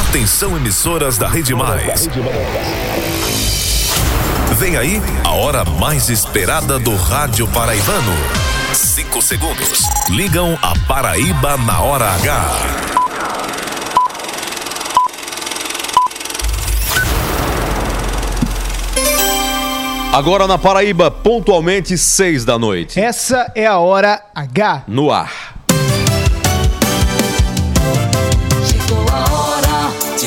Atenção, emissoras da Rede Mais. Vem aí a hora mais esperada do rádio paraibano. 5 segundos. Ligam a Paraíba na hora H. Agora na Paraíba, pontualmente 6 da noite. Essa é a hora H. No ar. Chegou a hora de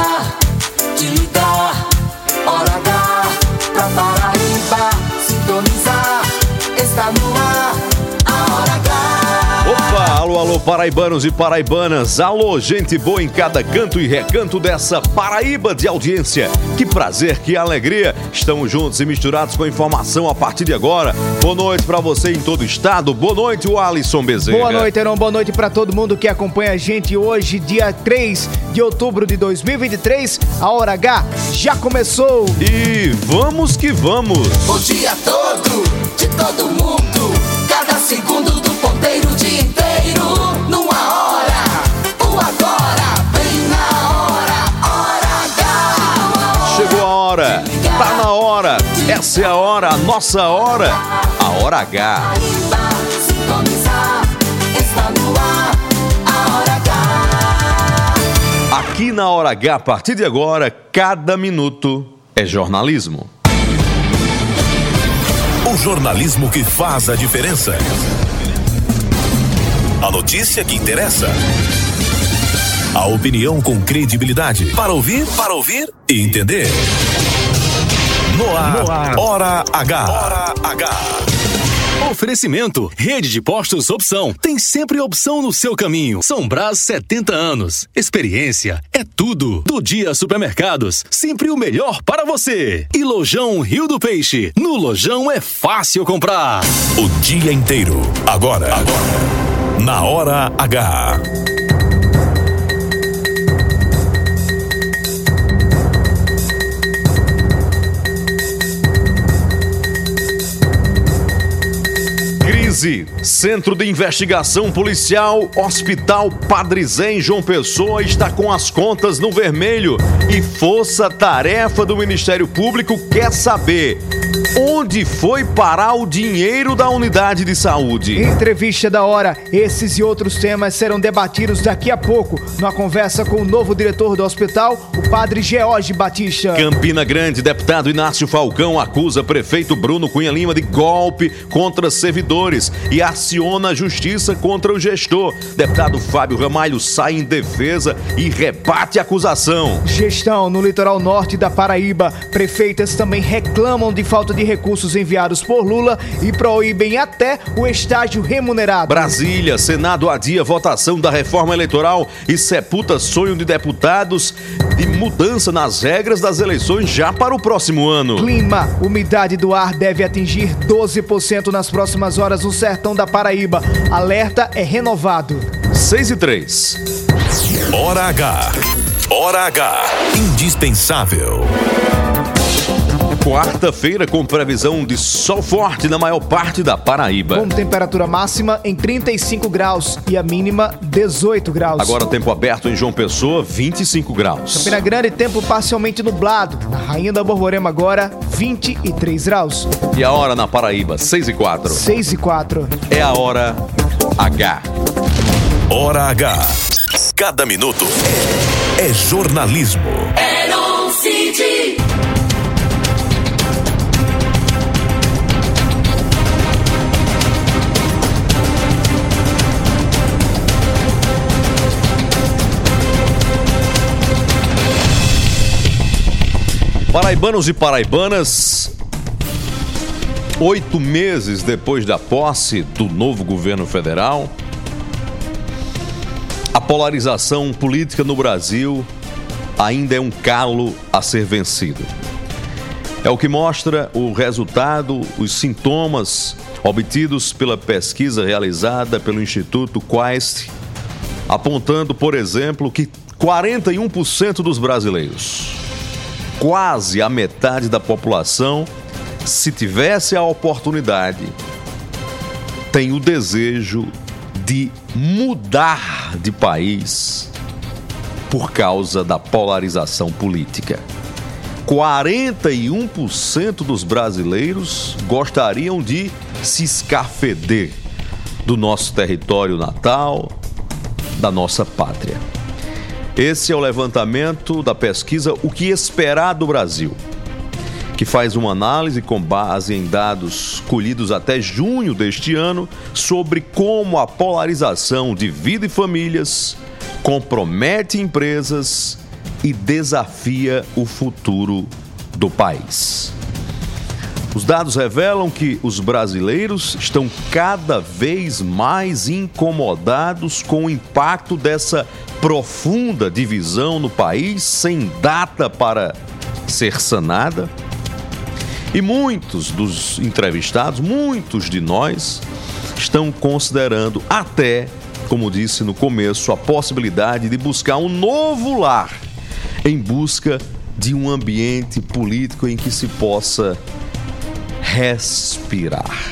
ligar, hora H pra Paraíba sintonizar. Está no ar, a hora H. Opa, alô, paraibanos e paraibanas. Alô, gente boa em cada canto e recanto dessa Paraíba de audiência. Que prazer, que alegria. Estamos juntos e misturados com informação a partir de agora. Boa noite pra você em todo o estado. Boa noite, o Alisson Bezerra. Boa noite, Heron. Boa noite pra todo mundo que acompanha a gente hoje, dia 3 de outubro de 2023. A hora H já começou. E vamos que vamos. O dia todo, de todo mundo, cada segundo do ponteiro, o dia inteiro, numa hora, o agora, bem na hora H. Chegou a hora, tá na hora. Essa é a hora, a nossa hora, a hora H. Paraíba sintonizar, está no ar, a hora H. Aqui na hora H, a partir de agora, cada minuto é jornalismo. O jornalismo que faz a diferença. A notícia que interessa. A opinião com credibilidade. Para ouvir e entender. No ar, Hora H. Hora H. Oferecimento, Rede de Postos Opção. Tem sempre opção no seu caminho. São Brás, 70 anos. Experiência é tudo. Do Dia Supermercados, sempre o melhor para você. E Lojão Rio do Peixe. No Lojão é fácil comprar. O dia inteiro. Agora. Na Hora H. Centro de Investigação Policial, Hospital Padre Zé em João Pessoa está com as contas no vermelho e Força Tarefa do Ministério Público quer saber onde foi parar o dinheiro da unidade de saúde. Entrevista da hora. Esses e outros temas serão debatidos daqui a pouco numa conversa com o novo diretor do hospital, o Padre George Batista. Campina Grande, deputado Inácio Falcão acusa prefeito Bruno Cunha Lima de golpe contra servidores e aciona a justiça contra o gestor. Deputado Fábio Ramalho sai em defesa e rebate a acusação. Gestão no litoral norte da Paraíba. Prefeitas também reclamam de falta de recursos enviados por Lula e proíbem até o estágio remunerado. Brasília, Senado adia votação da reforma eleitoral e sepulta sonho de deputados de mudança nas regras das eleições já para o próximo ano. Clima, umidade do ar deve atingir 12% nas próximas horas no sertão da Paraíba. Alerta é renovado. 6:03. Hora H. Hora H. Indispensável. Quarta-feira com previsão de sol forte na maior parte da Paraíba. Com temperatura máxima em 35 graus e a mínima 18 graus. Agora tempo aberto em João Pessoa, 25 graus. Campina Grande, tempo parcialmente nublado. Na Rainha da Borborema agora, 23 graus. E a hora na Paraíba, 6:04. 6:04. É a hora H. Hora H. Cada minuto é jornalismo. Heron City. Paraibanos e paraibanas, 8 meses depois da posse do novo governo federal, a polarização política no Brasil ainda é um calo a ser vencido. É o que mostra o resultado, os sintomas obtidos pela pesquisa realizada pelo Instituto Quaest, apontando, por exemplo, que 41% dos brasileiros, quase a metade da população, se tivesse a oportunidade, tem o desejo de mudar de país por causa da polarização política. 41% dos brasileiros gostariam de se escafeder do nosso território natal, da nossa pátria. Esse é o levantamento da pesquisa O que Esperar do Brasil, que faz uma análise com base em dados colhidos até junho deste ano sobre como a polarização divide famílias, compromete empresas e desafia o futuro do país. Os dados revelam que os brasileiros estão cada vez mais incomodados com o impacto dessa profunda divisão no país, sem data para ser sanada. E muitos dos entrevistados, muitos de nós, estão considerando até, como disse no começo, a possibilidade de buscar um novo lar, em busca de um ambiente político em que se possa respirar.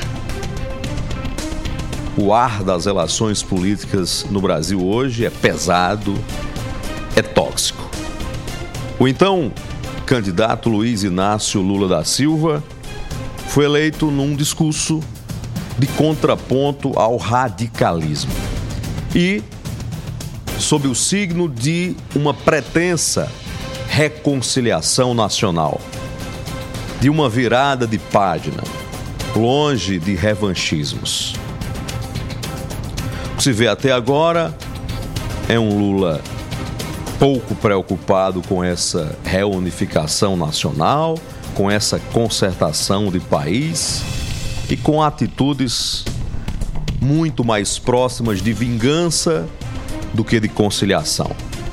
O ar das relações políticas no Brasil hoje é pesado, é tóxico. O então candidato Luiz Inácio Lula da Silva foi eleito num discurso de contraponto ao radicalismo e sob o signo de uma pretensa reconciliação nacional, de uma virada de página, longe de revanchismos. O que se vê até agora é um Lula pouco preocupado com essa reunificação nacional, com essa concertação de país e com atitudes muito mais próximas de vingança do que de conciliação.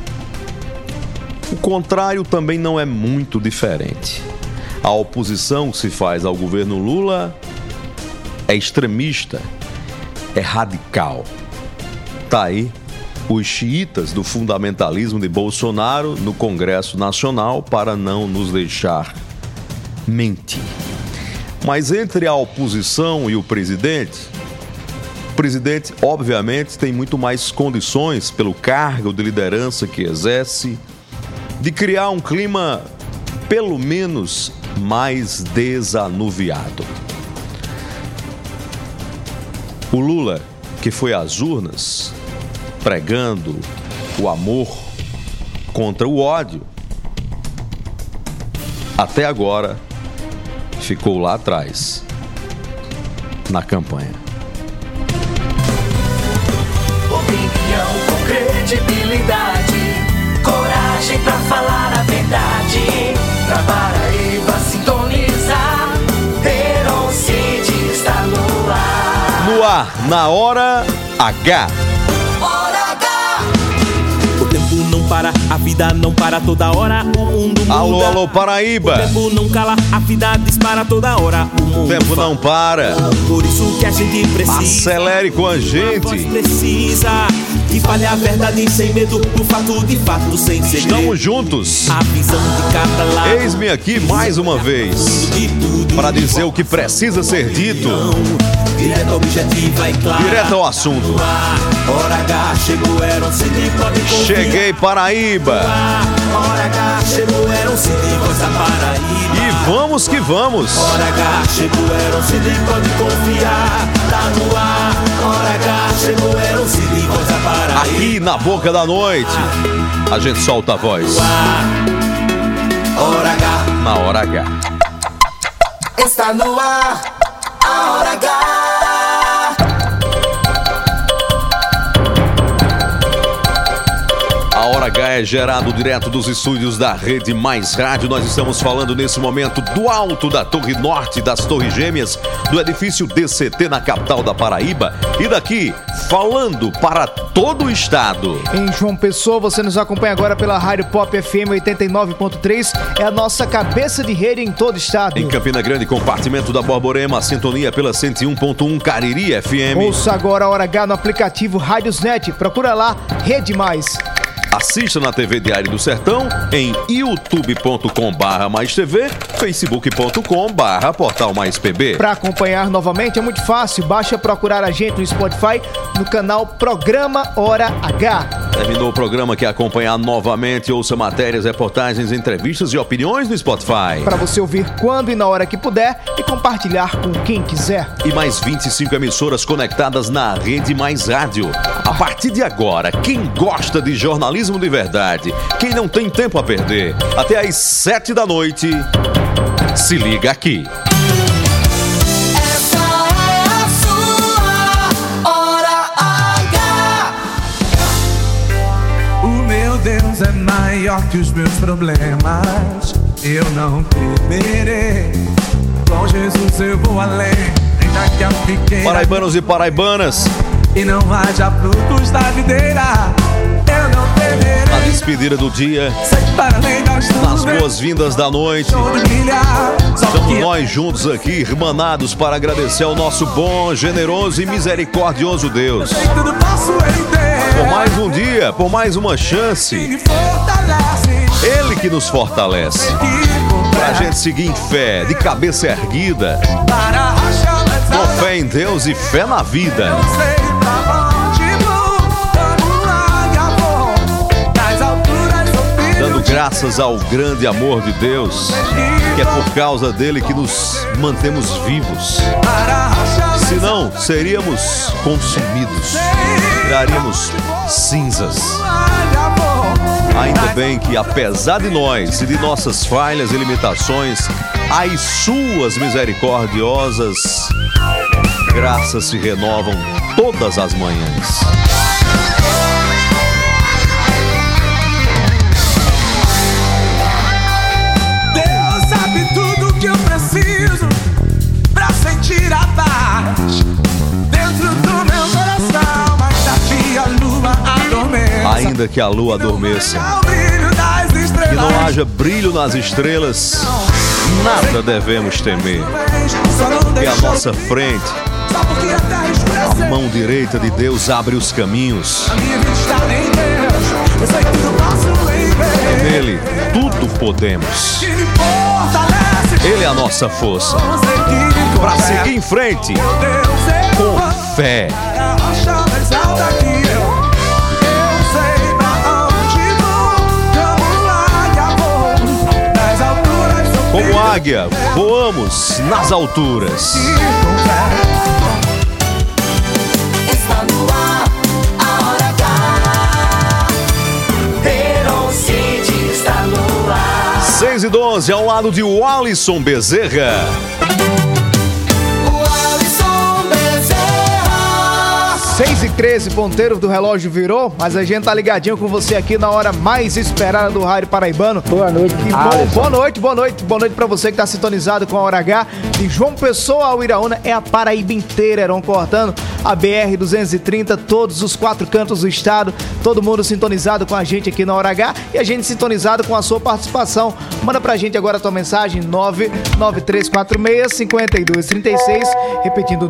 O contrário também não é muito diferente. A oposição que se faz ao governo Lula é extremista, é radical. Tá aí os xiitas do fundamentalismo de Bolsonaro no Congresso Nacional para não nos deixar mentir. Mas entre a oposição e o presidente obviamente tem muito mais condições, pelo cargo de liderança que exerce, de criar um clima pelo menos mais desanuviado. O Lula, que foi às urnas pregando o amor contra o ódio, até agora ficou lá atrás na campanha. Opinião com credibilidade, coragem pra falar a verdade. Pra Paraíba sintonizar, Heron Cid está no ar. No ar, na hora H. Hora H. O tempo não para, a vida não para, toda hora o mundo muda. Alô, alô, Paraíba. O tempo não cala, a vida dispara, toda hora o mundo. O tempo não para. Por isso que a gente precisa. Acelere com a gente. voz precisa que fale a verdade sem medo, do fato de fato sem segredo. Estamos juntos. A visão de cada lado. Eis-me aqui mais uma vez para dizer o que precisa ser dito. Direto, objetiva e clara. Direto ao assunto. Hora H chegou, Heron Cid, pode confiar. Cheguei, Paraíba. Hora H chegou, Heron Cid, voz da Paraíba. E vamos que vamos. Hora H chegou, Heron Cid, pode confiar. Tá no ar. Hora H chegou, Heron Cid, voz da Paraíba. Aqui na boca da noite, a gente solta a voz. Hora H. Na hora H. Está no ar, a Hora H. A Hora H é gerado direto dos estúdios da Rede Mais Rádio. Nós estamos falando nesse momento do alto da Torre Norte das Torres Gêmeas, do edifício DCT na capital da Paraíba. E daqui, falando para todo o estado. Em João Pessoa, você nos acompanha agora pela Rádio Pop FM 89.3. É a nossa cabeça de rede em todo o estado. Em Campina Grande, compartimento da Borborema, sintonia pela 101.1 Cariri FM. Ouça agora a Hora H no aplicativo Rádiosnet. Procura lá, Rede Mais. Assista na TV Diário do Sertão, em youtube.com/maistv, facebook.com/portal mais pb. Para acompanhar novamente é muito fácil, basta procurar a gente no Spotify, no canal Programa Hora H. Terminou o programa. Quer acompanhar novamente? Ouça matérias, reportagens, entrevistas e opiniões no Spotify. Para você ouvir quando e na hora que puder e compartilhar com quem quiser. E mais 25 emissoras conectadas na Rede Mais Rádio. A partir de agora, quem gosta de jornalismo de verdade, quem não tem tempo a perder, até às 7 da noite, se liga aqui. Deus é maior que os meus problemas. Eu não temerei. Com Jesus eu vou além. Ainda que a pequena... Paraibanos e paraibanas, e não haja frutos da videira, eu não temerei. a despedida do dia, nas boas-vindas da noite, estamos nós juntos aqui, irmanados, para agradecer ao nosso bom, generoso e misericordioso Deus. Por mais um dia, por mais uma chance, Ele que nos fortalece, pra gente seguir em fé, de cabeça erguida, com fé em Deus e fé na vida. Dando graças ao grande amor de Deus, que é por causa dele que nos mantemos vivos. Senão, seríamos consumidos, viraríamos cinzas. Ainda bem que, apesar de nós e de nossas falhas e limitações, as suas misericordiosas graças se renovam todas as manhãs. Deus sabe tudo que eu preciso pra sentir a paz dentro do meu coração. Ainda que a lua adormeça, que não haja brilho nas estrelas, nada devemos temer, porque à nossa frente a mão direita de Deus abre os caminhos. Nele tudo podemos. Ele é a nossa força para seguir em frente com fé. Como águia, voamos nas alturas. Está no ar, a hora H. Heron City está no ar. 6:12, ao lado de Alisson Bezerra. Alisson Bezerra. 6:13, ponteiro do relógio virou, mas a gente tá ligadinho com você aqui na hora mais esperada do rádio paraibano. Boa noite, boa noite pra você que tá sintonizado com a Hora H. De João Pessoa ao Iraúna é a Paraíba inteira, Heron, cortando a BR-230, todos os 4 cantos do estado, todo mundo sintonizado com a gente aqui na Hora H e a gente sintonizado com a sua participação. Manda pra gente agora a tua mensagem, 99346-5236, repetindo,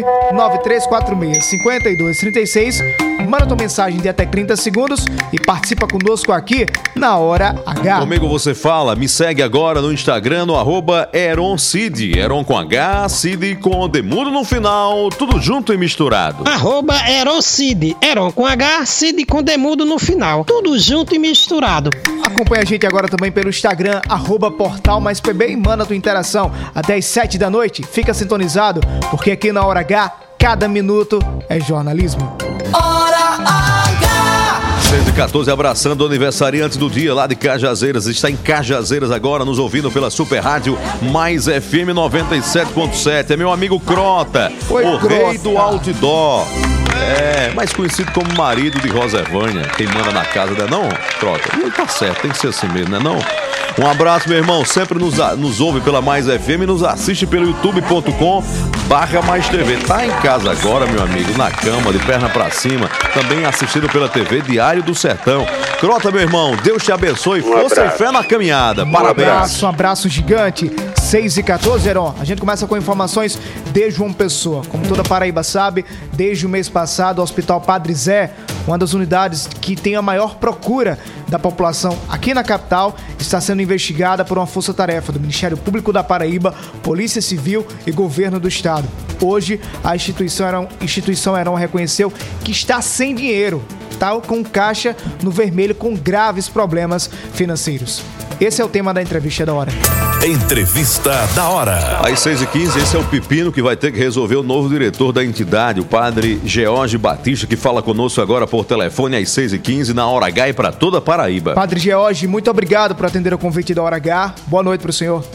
99346-5236. Manda tua mensagem de até 30 segundos e participa conosco aqui na Hora H. Comigo você fala, me segue agora no Instagram, no @EronCid, Heron com H, Cid com demudo no final, tudo junto e misturado. @EronCid, Heron com H, Cid com demudo no final, tudo junto e misturado. Acompanha a gente agora também pelo Instagram, @PortalMaisPB e manda tua interação. Até às 7 da noite, fica sintonizado, porque aqui na Hora H, cada minuto é jornalismo. Hora H. 6:14, abraçando o aniversariante do dia lá de Cajazeiras. Está em Cajazeiras agora, nos ouvindo pela Super Rádio Mais FM 97.7. É meu amigo Crota, Oi, o Crota. rei do outdoor. É, mais conhecido como marido de Rosa Evânia. Quem manda na casa, né não, Crota? E ele tá certo, tem que ser assim mesmo, né não? Um abraço, meu irmão. Sempre nos ouve pela Mais FM e nos assiste pelo youtube.com/Mais TV. Tá em casa agora, meu amigo, na cama, de perna pra cima. Também assistindo pela TV Diário do Sertão. Crota, meu irmão, Deus te abençoe. Força e fé na caminhada. Parabéns. Um abraço gigante. 6:14, Heron. A gente começa com informações de João Pessoa. Como toda Paraíba sabe, desde o mês passado, o Hospital Padre Zé, uma das unidades que tem a maior procura da população aqui na capital, está sendo investigada por uma força-tarefa do Ministério Público da Paraíba, Polícia Civil e Governo do Estado. Hoje, a instituição Heron reconheceu que está sem dinheiro. tá com caixa no vermelho, com graves problemas financeiros. Esse é o tema da entrevista da hora. Entrevista da hora. Às 6h15, esse é o pepino que vai ter que resolver o novo diretor da entidade, o padre George Batista, que fala conosco agora por telefone às 6h15 na Hora H e para toda a Paraíba. Padre George, muito obrigado por atender o convite da Hora H. Boa noite para o senhor.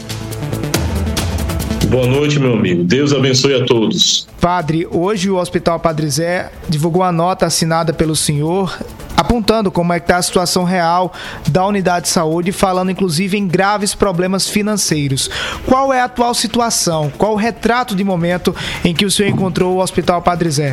Boa noite, meu amigo. Deus abençoe a todos. Padre, hoje o Hospital Padre Zé divulgou a nota assinada pelo senhor, apontando como é que está a situação real da unidade de saúde, falando inclusive em graves problemas financeiros. Qual é a atual situação? Qual o retrato de momento em que o senhor encontrou o Hospital Padre Zé?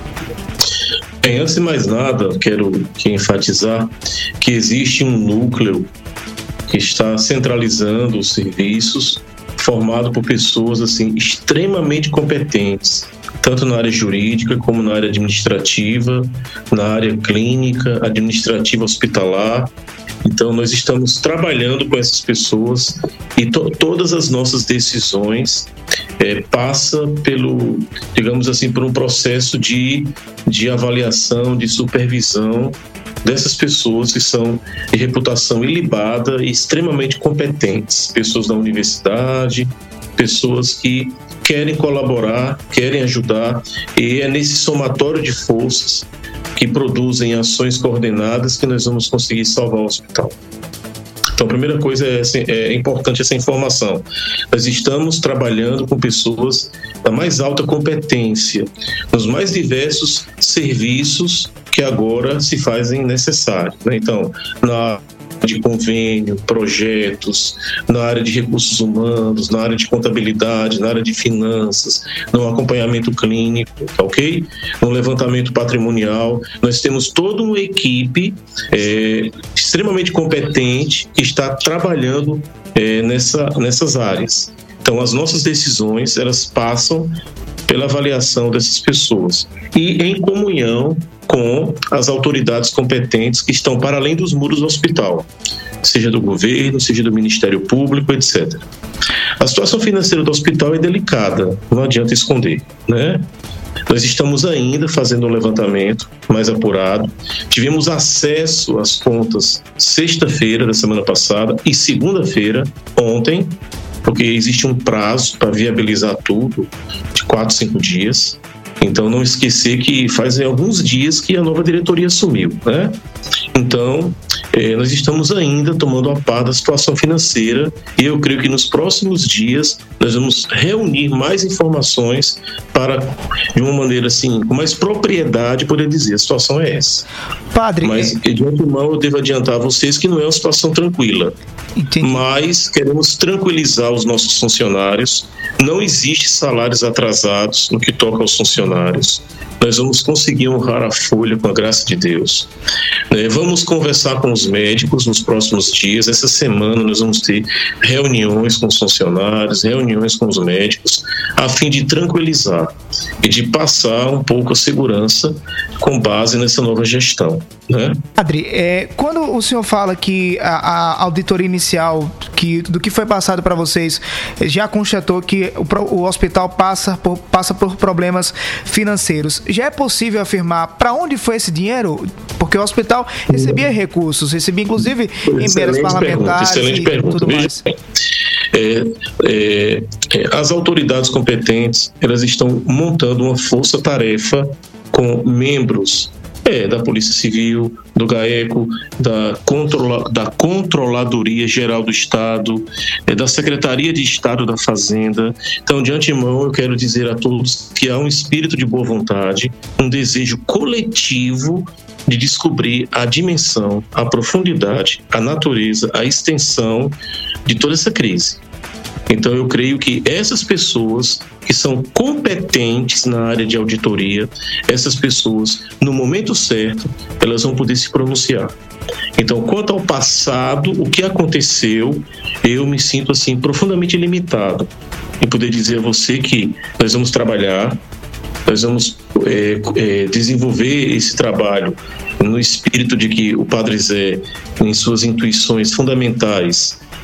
Antes de mais nada, quero enfatizar que existe um núcleo que está centralizando os serviços, formado por pessoas assim extremamente competentes, tanto na área jurídica como na área administrativa, na área clínica, administrativa hospitalar. Então nós estamos trabalhando com essas pessoas e todas as nossas decisões passa pelo, digamos assim, por um processo de avaliação, de supervisão dessas pessoas que são de reputação ilibada e extremamente competentes, pessoas da universidade, pessoas que querem colaborar, querem ajudar, e é nesse somatório de forças que produzem ações coordenadas que nós vamos conseguir salvar o hospital. Então, a primeira coisa é importante essa informação. Nós estamos trabalhando com pessoas da mais alta competência, nos mais diversos serviços que agora se fazem necessários, né? Então, na área de convênio, projetos, na área de recursos humanos, na área de contabilidade, na área de finanças, no acompanhamento clínico, ok? No levantamento patrimonial, nós temos toda uma equipe extremamente competente que está trabalhando nessas áreas. Então, as nossas decisões, elas passam pela avaliação dessas pessoas e em comunhão com as autoridades competentes que estão para além dos muros do hospital, seja do governo, seja do Ministério Público, etc. A situação financeira do hospital é delicada, não adianta esconder, né? Nós estamos ainda fazendo um levantamento mais apurado. Tivemos acesso às contas sexta-feira da semana passada e segunda-feira, ontem, porque existe um prazo para viabilizar tudo de 4, 5 dias. Então, não esquecer que fazem alguns dias que a nova diretoria assumiu, né? Então, nós estamos ainda tomando a par da situação financeira e eu creio que nos próximos dias nós vamos reunir mais informações para, de uma maneira assim, com mais propriedade, poder dizer a situação é essa. Padre, mas de antemão eu devo adiantar a vocês que não é uma situação tranquila. Entendi. Mas queremos tranquilizar os nossos funcionários. Não existe salários atrasados no que toca aos funcionários. Nós vamos conseguir honrar a folha com a graça de Deus. Vamos conversar com os médicos nos próximos dias. Essa semana nós vamos ter reuniões com os funcionários, reuniões com os médicos, a fim de tranquilizar e de passar um pouco a segurança com base nessa nova gestão, né? Padre, quando o senhor fala que a auditoria inicial do que foi passado para vocês já constatou que o hospital passa por problemas financeiros, já é possível afirmar para onde foi esse dinheiro? Porque o hospital recebia recursos, recebia inclusive emendas parlamentares excelente pergunta. Tudo mais. As autoridades competentes, elas estão montando uma força-tarefa com membros da Polícia Civil, do GAECO, da Controladoria Geral do Estado, da Secretaria de Estado da Fazenda. Então, de antemão, eu quero dizer a todos que há um espírito de boa vontade, um desejo coletivo de descobrir a dimensão, a profundidade, a natureza, a extensão de toda essa crise. Então, eu creio que essas pessoas que são competentes na área de auditoria, essas pessoas, no momento certo, elas vão poder se pronunciar. Então, quanto ao passado, o que aconteceu, eu me sinto assim profundamente limitado em poder dizer a você que nós vamos trabalhar, nós vamos desenvolver esse trabalho no espírito de que o Padre Zé, em suas intuições fundamentais,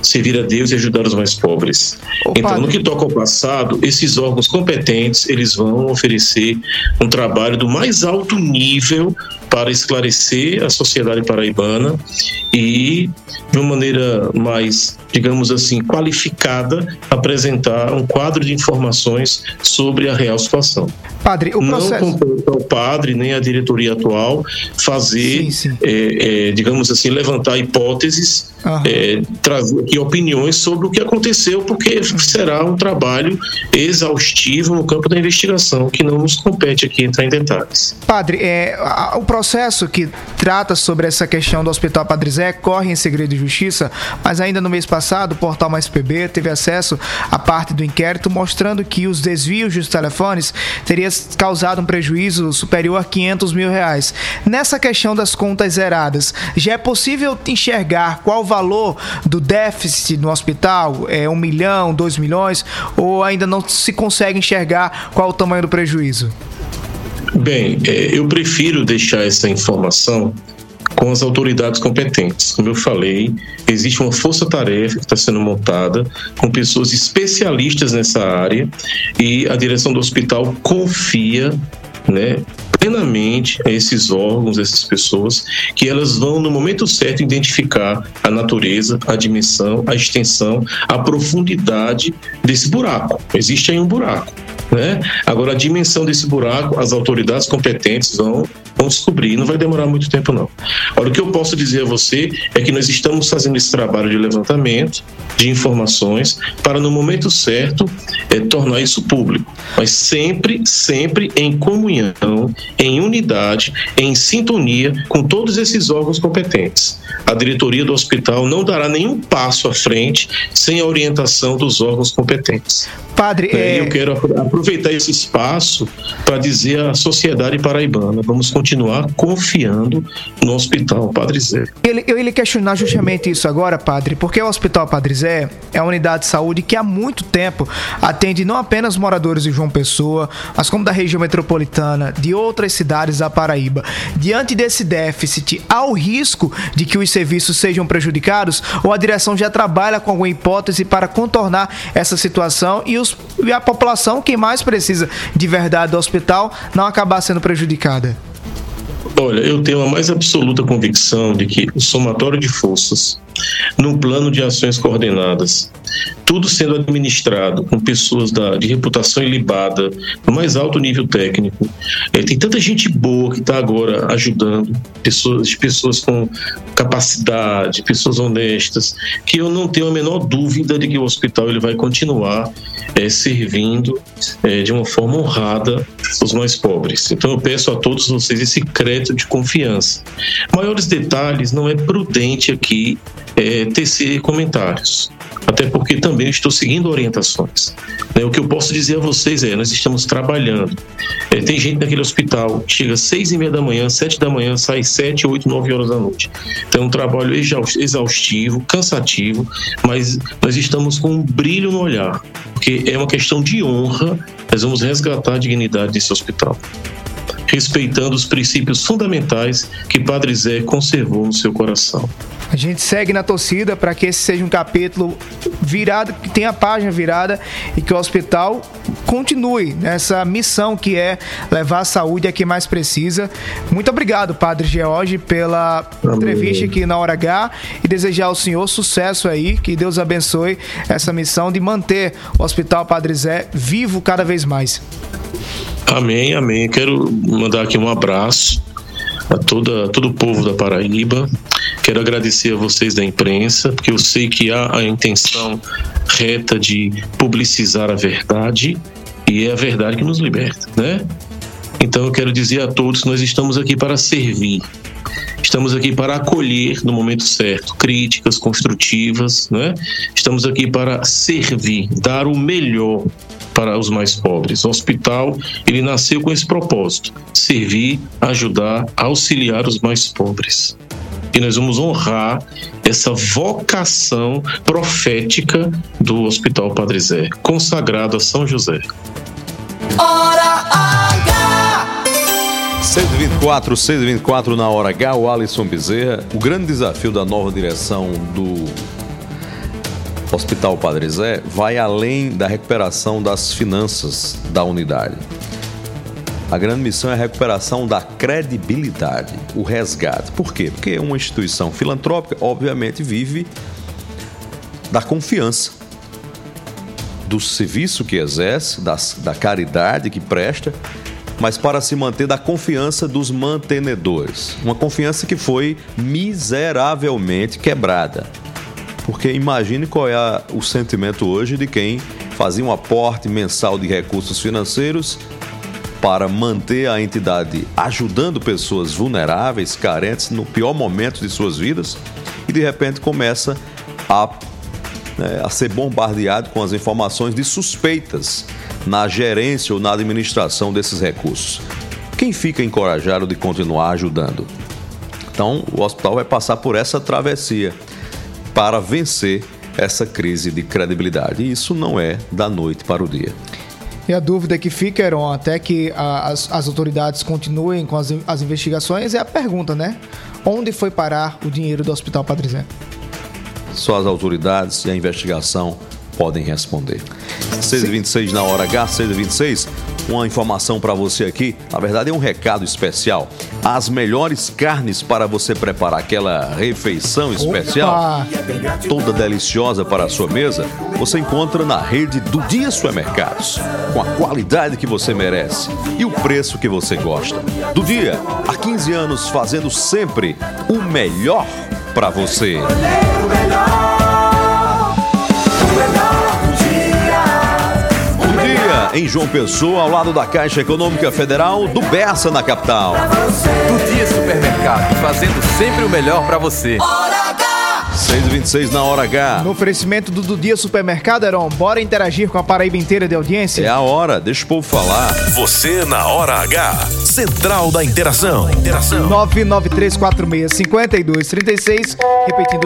servir a Deus e ajudar os mais pobres. Então, no que toca ao passado, esses órgãos competentes, eles vão oferecer um trabalho do mais alto nível para esclarecer a sociedade paraibana e, de uma maneira mais, digamos assim, qualificada, apresentar um quadro de informações sobre a real situação. Padre, o processo... Não compete ao padre nem à diretoria atual fazer, digamos assim, levantar hipóteses, trazer aqui opiniões sobre o que aconteceu, porque será um trabalho exaustivo no campo da investigação, que não nos compete aqui entrar em detalhes. Padre, o processo que trata sobre essa questão do Hospital Padre Zé corre em segredo de justiça, mas ainda no mês passado o portal Mais PB teve acesso à parte do inquérito mostrando que os desvios dos telefones teriam causado um prejuízo superior a R$500 mil. Nessa questão das contas zeradas, já é possível enxergar qual o valor do déficit no hospital? É 1 milhão, 2 milhões? Ou ainda não se consegue enxergar qual o tamanho do prejuízo? Bem, eu prefiro deixar essa informação com as autoridades competentes. Como eu falei, existe uma força-tarefa que está sendo montada com pessoas especialistas nessa área e a direção do hospital confia, plenamente a esses órgãos, essas pessoas, que elas vão, no momento certo, identificar a natureza, a dimensão, a extensão, a profundidade desse buraco. Existe aí um buraco. Agora, a dimensão desse buraco, as autoridades competentes vão descobrir, não vai demorar muito tempo não. Olha, o que eu posso dizer a você é que nós estamos fazendo esse trabalho de levantamento de informações para, no momento certo, tornar isso público, mas sempre em comunhão, em unidade, em sintonia com todos esses órgãos competentes. A diretoria do hospital não dará nenhum passo à frente sem a orientação dos órgãos competentes. Padre, eu quero aproveitar esse espaço para dizer à sociedade paraibana, vamos continuar confiando no Hospital Padre Zé. Eu ia questionar justamente isso agora, padre, porque o Hospital Padre Zé é uma unidade de saúde que há muito tempo atende não apenas moradores de João Pessoa, mas como da região metropolitana, de outras cidades da Paraíba. Diante desse déficit, há o risco de que os serviços sejam prejudicados, ou a direção já trabalha com alguma hipótese para contornar essa situação e a população, quem mais precisa de verdade do hospital, não acabar sendo prejudicada? Olha, eu tenho a mais absoluta convicção de que o somatório de forças, num plano de ações coordenadas, tudo sendo administrado com pessoas de reputação ilibada, no mais alto nível técnico, tem tanta gente boa que está agora ajudando, pessoas com capacidade, pessoas honestas, que eu não tenho a menor dúvida de que o hospital ele vai continuar servindo de uma forma honrada os mais pobres. Então eu peço a todos vocês esse crédito de confiança. Maiores detalhes, não é prudente aqui tecer comentários, até porque também estou seguindo orientações. O que eu posso dizer a vocês nós estamos trabalhando. Tem gente naquele hospital que chega às 6h30 da manhã, 7 da manhã, sai 7, 8, 9 horas da noite. Então é um trabalho exaustivo, cansativo, mas nós estamos com um brilho no olhar, porque é uma questão de honra. Nós vamos resgatar a dignidade desse hospital, respeitando os princípios fundamentais que Padre Zé conservou no seu coração. A gente segue na torcida para que esse seja um capítulo virado, que tenha a página virada e que o hospital continue nessa missão que é levar a saúde a quem mais precisa. Muito obrigado, Padre George, pela entrevista aqui na Hora H e desejar ao senhor sucesso aí, que Deus abençoe essa missão de manter o Hospital Padre Zé vivo cada vez mais. Amém, amém. Quero mandar aqui um abraço a todo o povo da Paraíba. Quero agradecer a vocês da imprensa, porque eu sei que há a intenção reta de publicizar a verdade, e é a verdade que nos liberta, Então eu quero dizer a todos que nós estamos aqui para servir. Estamos aqui para acolher no momento certo críticas construtivas, Estamos aqui para servir, dar o melhor para os mais pobres. O hospital, ele nasceu com esse propósito: servir, ajudar, auxiliar os mais pobres. E nós vamos honrar essa vocação profética do Hospital Padre Zé, consagrado a São José. Hora H! 6h24 na Hora H, o Alisson Bezerra. O grande desafio da nova direção Hospital Padre Zé vai além da recuperação das finanças da unidade. A grande missão é a recuperação da credibilidade, o resgate. Por quê? Porque uma instituição filantrópica, obviamente, vive da confiança, do serviço que exerce, da caridade que presta, mas para se manter da confiança dos mantenedores. Uma confiança que foi miseravelmente quebrada. Porque imagine qual é o sentimento hoje de quem fazia um aporte mensal de recursos financeiros para manter a entidade ajudando pessoas vulneráveis, carentes, no pior momento de suas vidas, e de repente começa a ser bombardeado com as informações de suspeitas na gerência ou na administração desses recursos. Quem fica encorajado de continuar ajudando? Então, o hospital vai passar por essa travessia para vencer essa crise de credibilidade. E isso não é da noite para o dia. E a dúvida que fica, Heron, até que as autoridades continuem com as investigações, é a pergunta, né? Onde foi parar o dinheiro do Hospital Padre Zé? Só as autoridades e a investigação podem responder. 6h26 na hora H, 6h26. Uma informação para você aqui, na verdade é um recado especial. As melhores carnes para você preparar aquela refeição especial, toda deliciosa para a sua mesa, você encontra na rede do Dia Supermercados, com a qualidade que você merece e o preço que você gosta. Do Dia, há 15 anos fazendo sempre o melhor para você. Em João Pessoa, ao lado da Caixa Econômica Federal, do Bessa, na capital. Do Dia Supermercado, fazendo sempre o melhor para você. 6h26 na hora H. No oferecimento do Dia Supermercado, Heron, bora interagir com a Paraíba inteira de audiência? É a hora, deixa o povo falar. Você na hora H. Central da Interação. 99346-5236. Repetindo,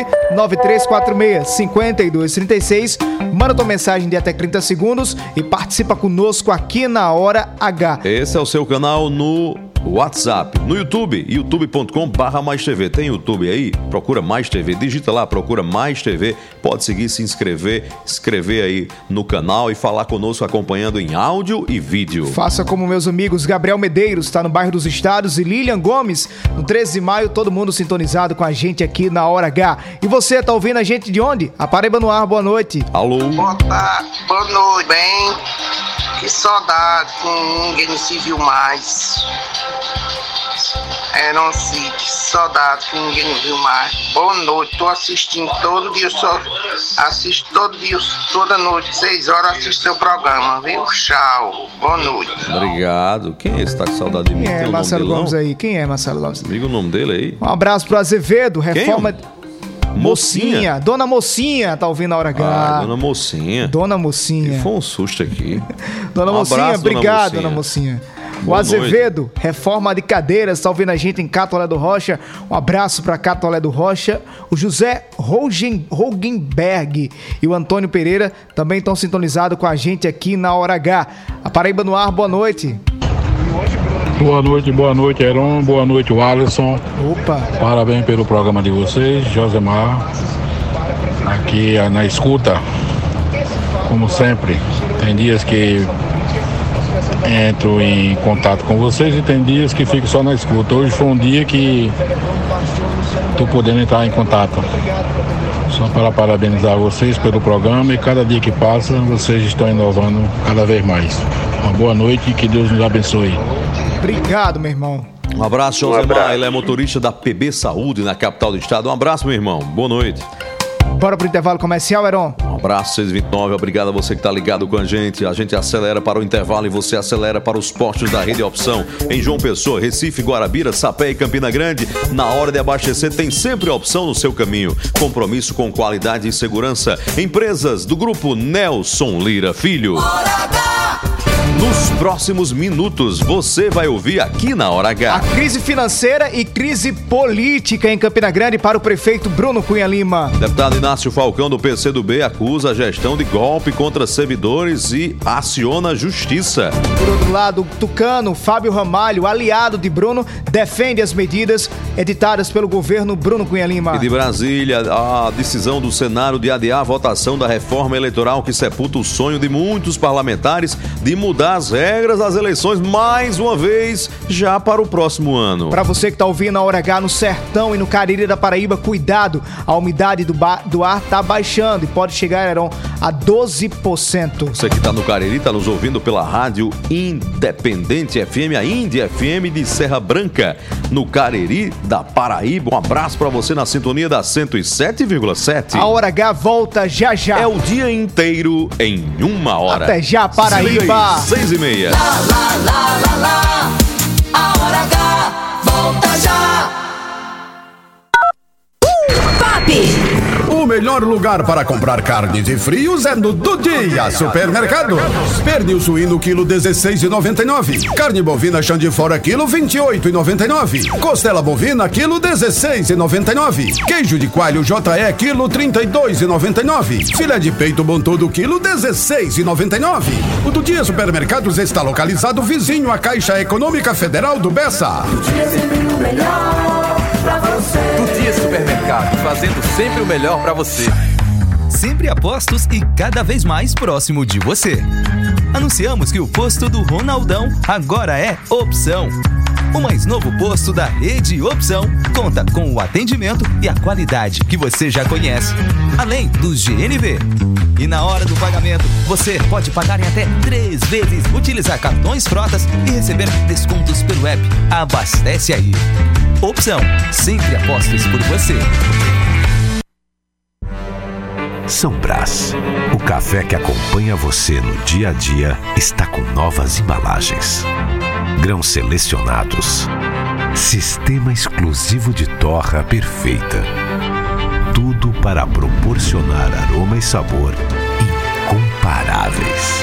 99346-5236. Manda tua mensagem de até 30 segundos e participa conosco aqui na hora H. Esse é o seu canal no WhatsApp, no YouTube, youtube.com/MaisTV. Tem YouTube aí? Procura Mais TV, digita lá, procura Mais TV. Pode seguir, se inscrever, aí no canal e falar conosco acompanhando em áudio e vídeo. Faça como meus amigos Gabriel Medeiros, está no bairro dos Estados, e Lilian Gomes, no 13 de maio, todo mundo sintonizado com a gente aqui na Hora H. E você, tá ouvindo a gente de onde? A Paraíba no ar, boa noite. Alô? Boa tarde, boa noite, bem? Que saudade, que ninguém se viu mais. Heron City, saudade que ninguém viu mais. Boa noite, tô assistindo todo dia, assisto todo dia, toda noite, 6 horas, assisto seu programa, viu? Tchau, boa noite. Obrigado. Quem é esse? Tá com saudade de mim? Quem é Marcelo Gomes aí? Quem é Marcelo Gomes? Diga o nome dele aí. Um abraço pro Azevedo, Reforma... Quem? Mocinha, Dona Mocinha, tá ouvindo a Hora H. Dona Mocinha. Dona Mocinha. Que foi um susto aqui. Dona Mocinha, obrigado, Dona Mocinha. O Azevedo, Reforma de Cadeiras, tá ouvindo a gente em Catolé do Rocha. Um abraço pra Catolé do Rocha. O José Rogenberg e o Antônio Pereira também estão sintonizados com a gente aqui na Hora H. A Paraíba no ar, boa noite. Boa noite, Heron. Boa noite, Alisson. Opa! Parabéns pelo programa de vocês, Josemar. Aqui na escuta, como sempre. Tem dias que entro em contato com vocês e tem dias que fico só na escuta. Hoje foi um dia que estou podendo entrar em contato. Só para parabenizar vocês pelo programa, e cada dia que passa vocês estão inovando cada vez mais. Uma boa noite e que Deus nos abençoe. Obrigado, meu irmão. Um abraço, Josemar. Ele é motorista da PB Saúde na capital do estado. Um abraço, meu irmão. Boa noite. Bora pro intervalo comercial, Heron. Um abraço, 6h29. Obrigado a você que está ligado com a gente. A gente acelera para o intervalo e você acelera para os postos da Rede Opção. Em João Pessoa, Recife, Guarabira, Sapé e Campina Grande. Na hora de abastecer, tem sempre a opção no seu caminho. Compromisso com qualidade e segurança. Empresas do Grupo Nelson Lira Filho. Nos próximos minutos, você vai ouvir aqui na Hora H. A crise financeira e crise política em Campina Grande para o prefeito Bruno Cunha Lima. Deputado Inácio Falcão, do PCdoB, acusa a gestão de golpe contra servidores e aciona a justiça. Por outro lado, o tucano Fábio Ramalho, aliado de Bruno, defende as medidas editadas pelo governo Bruno Cunha Lima. E de Brasília, a decisão do Senado de adiar a votação da reforma eleitoral que sepulta o sonho de muitos parlamentares de mudar as regras das eleições mais uma vez, já para o próximo ano. Para você que está ouvindo a Hora H no Sertão e no Cariri da Paraíba, cuidado, a umidade do ar está baixando e pode chegar, Heron, a 12%. Você que está no Cariri, está nos ouvindo pela rádio Independente FM, a Indy FM de Serra Branca, no Cariri da Paraíba. Um abraço para você na sintonia da 107,7. A Hora H volta já já. É o dia inteiro em uma hora. Até já, Paraíba. 6h30. A Hora H volta já. O melhor lugar para comprar carnes e frios é no Do Dia Supermercados. Pernil suíno quilo R$16,99. Carne bovina chã de fora quilo R$28,99. Costela bovina quilo R$16,99. Queijo de coalho JE quilo R$32,99. Filé de peito bom todo quilo R$16,99. O Do Dia Supermercados está localizado vizinho à Caixa Econômica Federal do Bessa. Do Dia Supermercado, fazendo sempre o melhor pra você. Sempre a postos e cada vez mais próximo de você. Anunciamos que o posto do Ronaldão agora é Opção. O mais novo posto da rede Opção conta com o atendimento e a qualidade que você já conhece, além dos GNV. E na hora do pagamento, você pode pagar em até 3 vezes, utilizar cartões frotas e receber descontos pelo app. Abastece aí. Opção, sempre apostos por você. São Brás, o café que acompanha você no dia a dia, está com novas embalagens. Grãos selecionados. Sistema exclusivo de torra perfeita. Tudo para proporcionar aroma e sabor incomparáveis.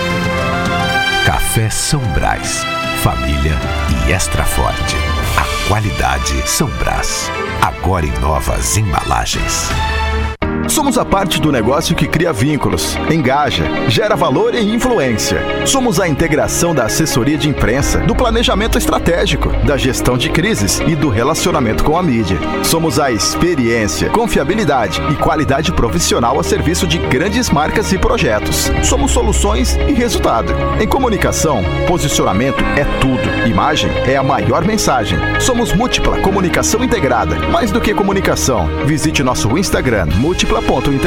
Café São Brás, família e extra forte. A qualidade São Brás, agora em novas embalagens. Somos a parte do negócio que cria vínculos, engaja, gera valor e influência. Somos a integração da assessoria de imprensa, do planejamento estratégico, da gestão de crises e do relacionamento com a mídia. Somos a experiência, confiabilidade e qualidade profissional a serviço de grandes marcas e projetos. Somos soluções e resultado. Em comunicação, posicionamento é tudo. Imagem é a maior mensagem. Somos Múltipla Comunicação Integrada. Mais do que comunicação, visite nosso Instagram, múltipla.integrada.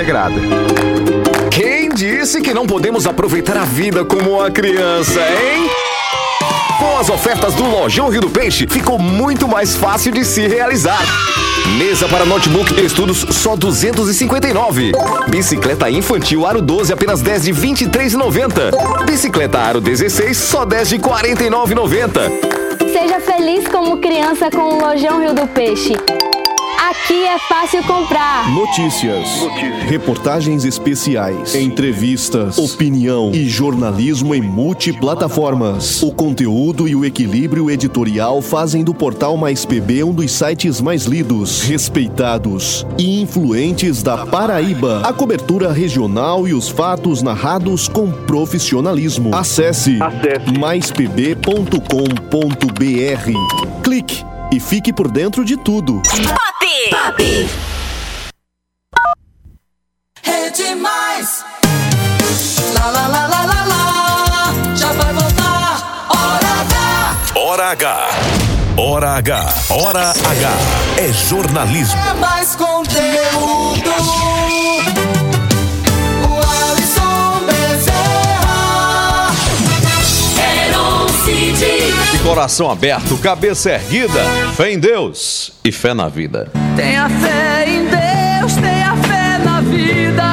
Quem disse que não podemos aproveitar a vida como uma criança, hein? Com as ofertas do Lojão Rio do Peixe, ficou muito mais fácil de se realizar. Mesa para notebook e estudos só R$259. Bicicleta infantil aro 12 apenas 10 de R$23,90. Bicicleta aro 16 só 10 de R$49,90. Seja feliz como criança com o Lojão Rio do Peixe. Aqui é fácil comprar. Notícias, reportagens especiais, entrevistas, opinião e jornalismo em multiplataformas. O conteúdo e o equilíbrio editorial fazem do Portal Mais PB um dos sites mais lidos, respeitados e influentes da Paraíba. A cobertura regional e os fatos narrados com profissionalismo. Acesse maispb.com.br. Clique e fique por dentro de tudo. Papi! Rede Mais! Lá, lá, lá, lá, lá, lá. Já vai voltar. Hora H! Hora H! Hora H! Hora H! É jornalismo. É mais conteúdo. O Alisson Bezerra. Heron Cid. De coração aberto, cabeça erguida, fé em Deus e fé na vida. Tenha fé em Deus, tenha fé na vida.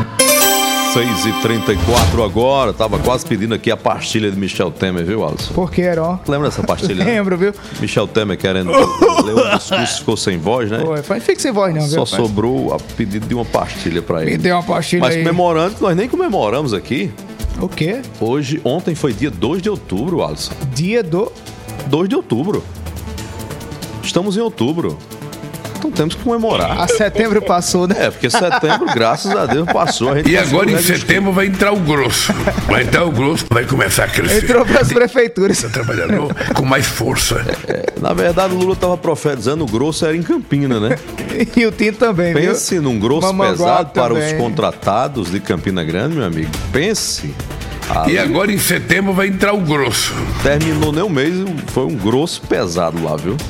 6h34 agora, tava quase pedindo aqui a pastilha de Michel Temer, viu, Alisson? Por que, Heron? Lembra dessa pastilha? Lembro, viu? Michel Temer querendo ler o discurso, ficou sem voz, né? Foi, fique sem voz não, viu? Só sobrou a pedido de uma pastilha pra ele. Me deu uma pastilha Mas aí. comemorando, nós nem comemoramos aqui. O quê? Ontem foi dia 2 de outubro, Alisson. Dia do... 2 de outubro. Estamos em outubro. Então temos que comemorar. Setembro passou, né? Porque setembro, graças a Deus, passou. E agora em setembro vai entrar o grosso. Vai entrar o grosso, vai começar a crescer. Entrou para as prefeituras. Está trabalhando com mais força. Na verdade, o Lula estava profetizando o grosso era em Campina, né? E o tinto também, viu? Pense num grosso pesado para os contratados de Campina Grande, meu amigo. Pense. E agora em setembro vai entrar o grosso. Terminou nem um mês, foi um grosso pesado lá, viu?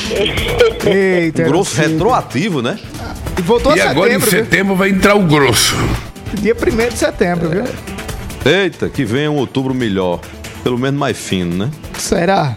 Eita, um grosso retroativo, né? E voltou a setembro. E agora em setembro vai entrar o grosso. Dia 1º de setembro, viu? Eita, que venha um outubro melhor. Pelo menos mais fino, né? Será?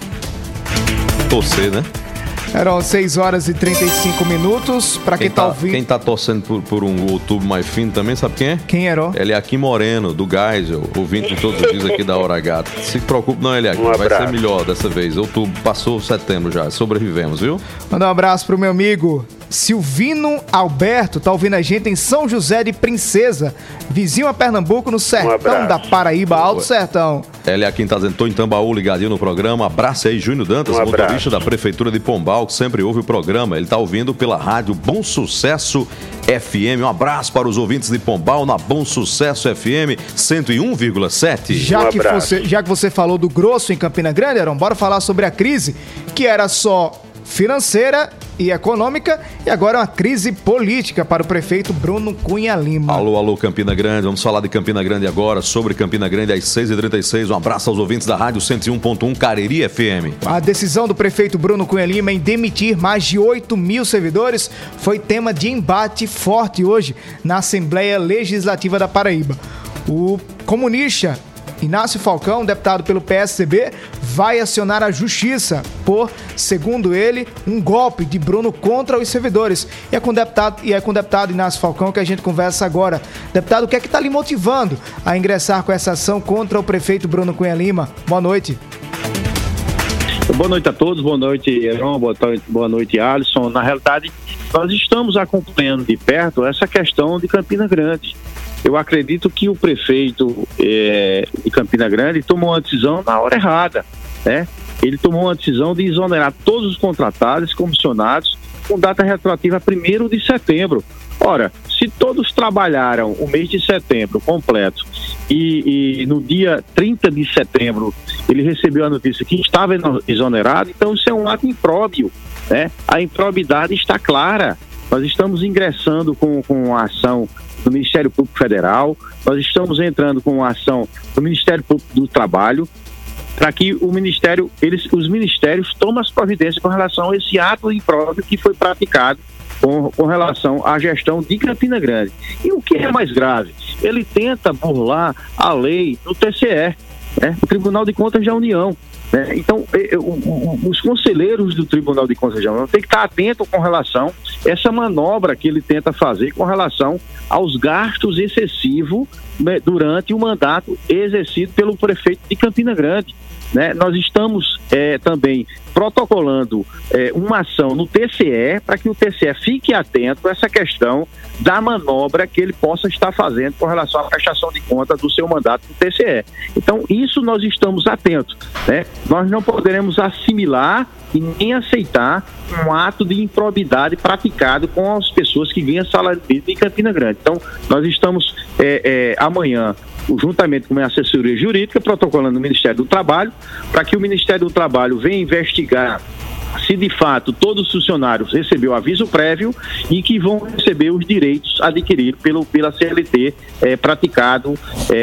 Torcer, né? Eram 6 horas e 35 minutos. Pra quem tá ouvindo. Quem tá torcendo por um outubro mais fino também, sabe quem é? Quem era? Eliakim Moreno, do Geisel, ouvinte de todos os dias aqui da Hora H. Se preocupe não, Eliakim, vai ser melhor dessa vez. Outubro, passou setembro já, sobrevivemos, viu? Mandar um abraço pro meu amigo Silvino Alberto, tá ouvindo a gente em São José de Princesa, vizinho a Pernambuco, no sertão da Paraíba, Alto Sertão. Eliakim tá dizendo, tô em Tambaú, ligadinho no programa. Abraço aí, Júnior Dantas, motorista da Prefeitura de Pombal, que sempre ouve o programa. Ele tá ouvindo pela rádio Bom Sucesso FM. Um abraço para os ouvintes de Pombal na Bom Sucesso FM 101,7. Já que você falou do grosso em Campina Grande, Aaron, bora falar sobre a crise, que era só financeira e econômica, e agora uma crise política para o prefeito Bruno Cunha Lima. Alô, Campina Grande, vamos falar de Campina Grande agora, sobre Campina Grande às 6h36. Um abraço aos ouvintes da rádio 101.1 Cariri FM. A decisão do prefeito Bruno Cunha Lima em demitir mais de 8 mil servidores foi tema de embate forte hoje na Assembleia Legislativa da Paraíba. O comunista Inácio Falcão, deputado pelo PSCB, vai acionar a justiça por, segundo ele, um golpe de Bruno contra os servidores. E é com o deputado Inácio Falcão que a gente conversa agora. Deputado, o que é que está lhe motivando a ingressar com essa ação contra o prefeito Bruno Cunha Lima? Boa noite. Boa noite a todos, boa noite, Heron, boa noite, Alisson. Na realidade, nós estamos acompanhando de perto essa questão de Campina Grande. Eu acredito que o prefeito de Campina Grande tomou uma decisão na hora errada, né? Ele tomou uma decisão de exonerar todos os contratados e comissionados com data retroativa a 1º de setembro. Ora, se todos trabalharam o mês de setembro completo e no dia 30 de setembro ele recebeu a notícia que estava exonerado, então isso é um ato impróbio, né? A improbidade está clara. Nós estamos ingressando com a ação do Ministério Público Federal, nós estamos entrando com a ação do Ministério Público do Trabalho, para que os ministérios tomem as providências com relação a esse ato impróprio que foi praticado com relação à gestão de Campina Grande. E o que é mais grave? Ele tenta burlar a lei do TCE, né, o Tribunal de Contas da União. Então, os conselheiros do Tribunal de Contas da União têm que estar atentos com relação a essa manobra que ele tenta fazer com relação aos gastos excessivos, né, durante o mandato exercido pelo prefeito de Campina Grande. Né? Nós estamos também protocolando uma ação no TCE para que o TCE fique atento a essa questão da manobra que ele possa estar fazendo com relação à prestação de conta do seu mandato no TCE. Então, isso nós estamos atentos, né? Nós não poderemos assimilar e nem aceitar um ato de improbidade praticado com as pessoas que ganham salário mínimo em Campina Grande. Então, nós estamos amanhã, juntamente com a minha assessoria jurídica, protocolando o Ministério do Trabalho, para que o Ministério do Trabalho venha investigar se de fato todos os funcionários receberam aviso prévio e que vão receber os direitos adquiridos pela CLT praticado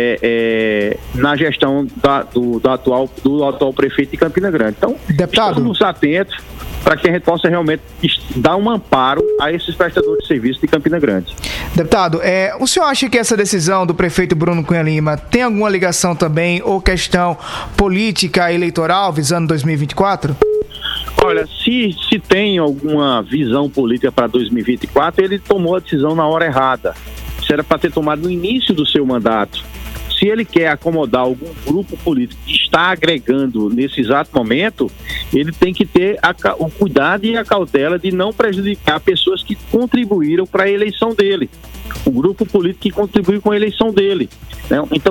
na gestão do atual prefeito de Campina Grande. Então, estamos atentos para que a gente possa realmente dar um amparo a esses prestadores de serviço de Campina Grande. Deputado, o senhor acha que essa decisão do prefeito Bruno Cunha Lima tem alguma ligação também ou questão política eleitoral visando 2024? Olha, se tem alguma visão política para 2024, ele tomou a decisão na hora errada. Isso era para ter tomado no início do seu mandato. se ele quer acomodar algum grupo político que está agregando nesse exato momento, ele tem que ter o cuidado e a cautela de não prejudicar pessoas que contribuíram para a eleição dele, o grupo político que contribuiu com a eleição dele, né? Então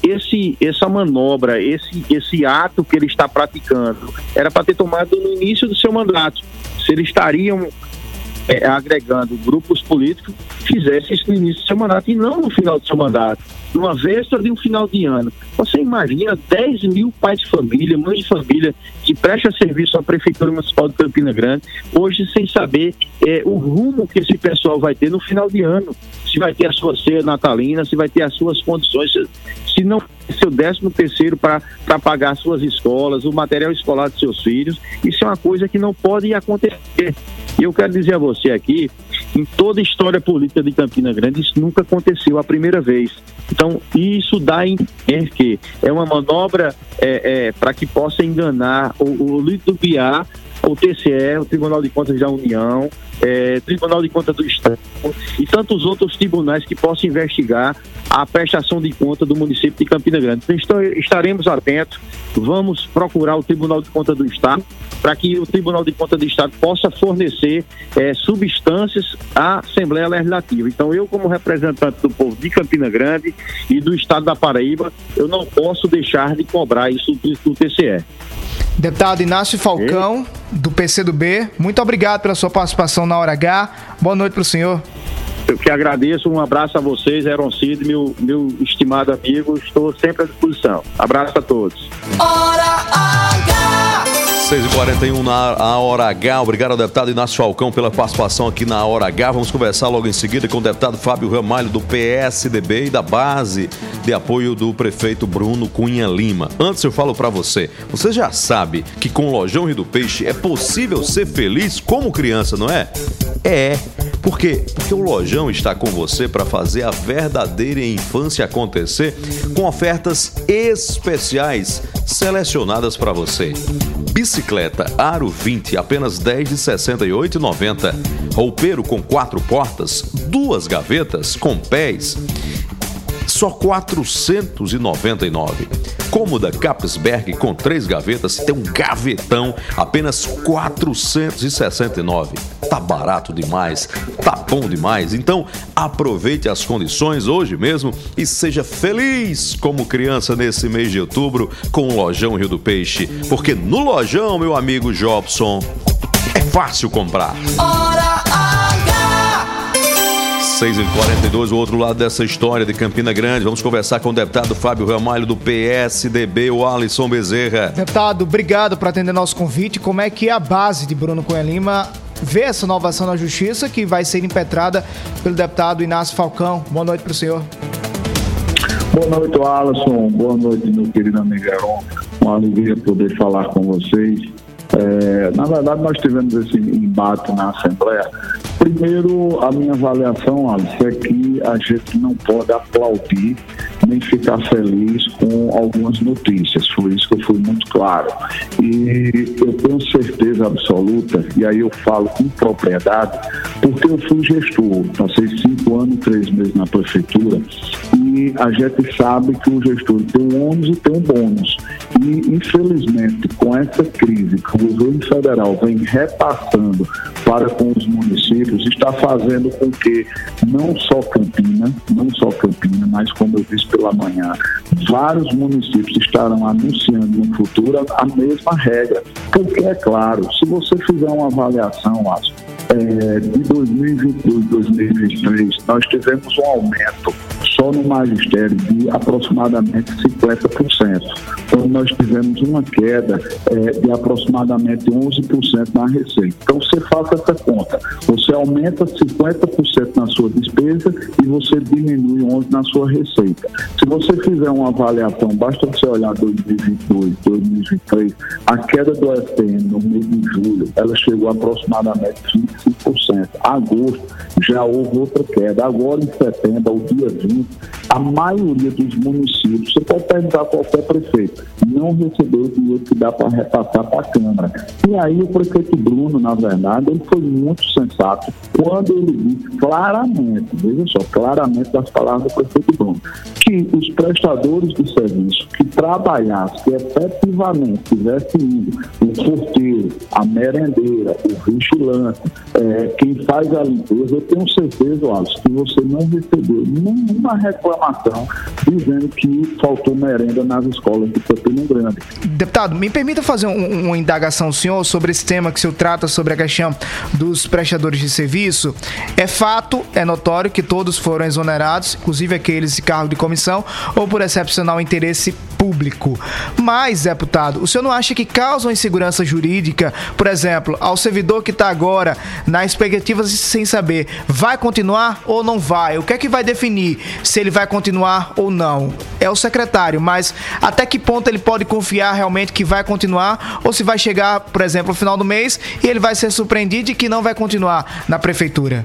essa manobra, esse ato que ele está praticando era para ter tomado no início do seu mandato. Se eles estariam agregando grupos políticos, fizesse isso no início do seu mandato e não no final do seu mandato, numa véspera de um final de ano. Você imagina 10 mil pais de família, mães de família que prestam serviço à Prefeitura Municipal de Campina Grande, hoje sem saber o rumo que esse pessoal vai ter no final de ano, se vai ter a sua ceia natalina, se vai ter as suas condições, se não seu 13º para pagar as suas escolas, o material escolar dos seus filhos. Isso é uma coisa que não pode acontecer. E eu quero dizer a você aqui, em toda a história política de Campina Grande, isso nunca aconteceu a primeira vez. Então, isso dá a entender que é uma manobra para que possa enganar o ludibriar o TCE, o Tribunal de Contas da União, Tribunal de Contas do Estado e tantos outros tribunais que possam investigar a prestação de conta do município de Campina Grande. Então, estaremos atentos, vamos procurar o Tribunal de Contas do Estado para que o Tribunal de Contas do Estado possa fornecer substâncias à Assembleia Legislativa. Então, eu, como representante do povo de Campina Grande e do Estado da Paraíba, eu não posso deixar de cobrar isso do TCE. Deputado Inácio Falcão, do PCdoB, muito obrigado pela sua participação na Hora H. Boa noite para o senhor. Eu que agradeço, um abraço a vocês, Heron Cid, meu estimado amigo, estou sempre à disposição. Abraço a todos. Hora H! 6h41 na Hora H. Obrigado ao deputado Inácio Falcão pela participação aqui na Hora H. Vamos conversar logo em seguida com o deputado Fábio Ramalho, do PSDB e da base de apoio do prefeito Bruno Cunha Lima. Antes eu falo pra você já sabe que com o Lojão Rio do Peixe é possível ser feliz como criança, não é? Por quê? Porque o Lojão está com você para fazer a verdadeira infância acontecer com ofertas especiais selecionadas para você. Bicicleta Aro 20, apenas R$ 10 de R$ 68,90. Roupeiro com 4 portas, 2 gavetas com pés, só R$ 499. Cômoda Capsberg com 3 gavetas, tem um gavetão, apenas R$ 469. Tá barato demais, tá bom demais. Então aproveite as condições hoje mesmo e seja feliz como criança nesse mês de outubro com o Lojão Rio do Peixe. Porque no Lojão, meu amigo Jobson, é fácil comprar. Hora H! 6h42, o outro lado dessa história de Campina Grande. Vamos conversar com o deputado Fábio Ramalho, do PSDB, o Alisson Bezerra. Deputado, obrigado por atender nosso convite. Como é que a base de Bruno Cunha Lima vê essa nova ação na Justiça que vai ser impetrada pelo deputado Inácio Falcão? Boa noite para o senhor. Boa noite, Alisson. Boa noite, meu querido amigo Heron. Uma alegria poder falar com vocês. Na verdade, nós tivemos esse embate na Assembleia. Primeiro, a minha avaliação, Alisson, é que a gente não pode aplaudir nem ficar feliz com algumas notícias. Foi isso que eu fui muito claro. E eu tenho certeza absoluta, e aí eu falo com propriedade, porque eu fui gestor, passei 5 anos e 3 meses na prefeitura, e a gente sabe que o gestor tem um ônus e tem um bônus. E, infelizmente, com essa crise que o governo federal vem repassando para com os municípios, está fazendo com que não só Campina, mas como eu disse pela manhã, vários municípios estarão anunciando no futuro a mesma regra. Porque, é claro, se você fizer uma avaliação, de 2022 e 2023, nós tivemos um aumento só no magistério de aproximadamente 50%. Então, nós tivemos uma queda de aproximadamente 11% na receita. Então, você faz essa conta. Você aumenta 50% na sua despesa e você diminui 11% na sua receita. Se você fizer uma avaliação, basta você olhar 2022, 2023, a queda do FPM no mês de julho, ela chegou a aproximadamente 25%. Agosto já houve outra queda. Agora, em setembro, ao dia 20, A maioria dos municípios, você pode perguntar a qualquer prefeito, não recebeu o dinheiro que dá para repassar para a Câmara. E aí o prefeito Bruno, na verdade, ele foi muito sensato quando ele disse claramente, veja só, claramente das palavras do prefeito Bruno, que os prestadores de serviço que trabalhassem, que efetivamente tivessem indo o porteiro, a merendeira, o vigilante, quem faz a limpeza, eu tenho certeza, Alisson, que você não recebeu nenhuma reclamação dizendo que faltou merenda nas escolas de Campina Grande. Deputado, me permita fazer uma indagação, senhor, sobre esse tema que o senhor trata sobre a questão dos prestadores de serviço. É fato, é notório que todos foram exonerados, inclusive aqueles de cargo de comissão ou por excepcional interesse público. Mas, deputado, o senhor não acha que causa uma insegurança jurídica, por exemplo, ao servidor que está agora na expectativa sem saber, vai continuar ou não vai? O que é que vai definir se ele vai continuar ou não? É o secretário, mas até que ponto ele pode confiar realmente que vai continuar ou se vai chegar, por exemplo, no final do mês e ele vai ser surpreendido de que não vai continuar na prefeitura?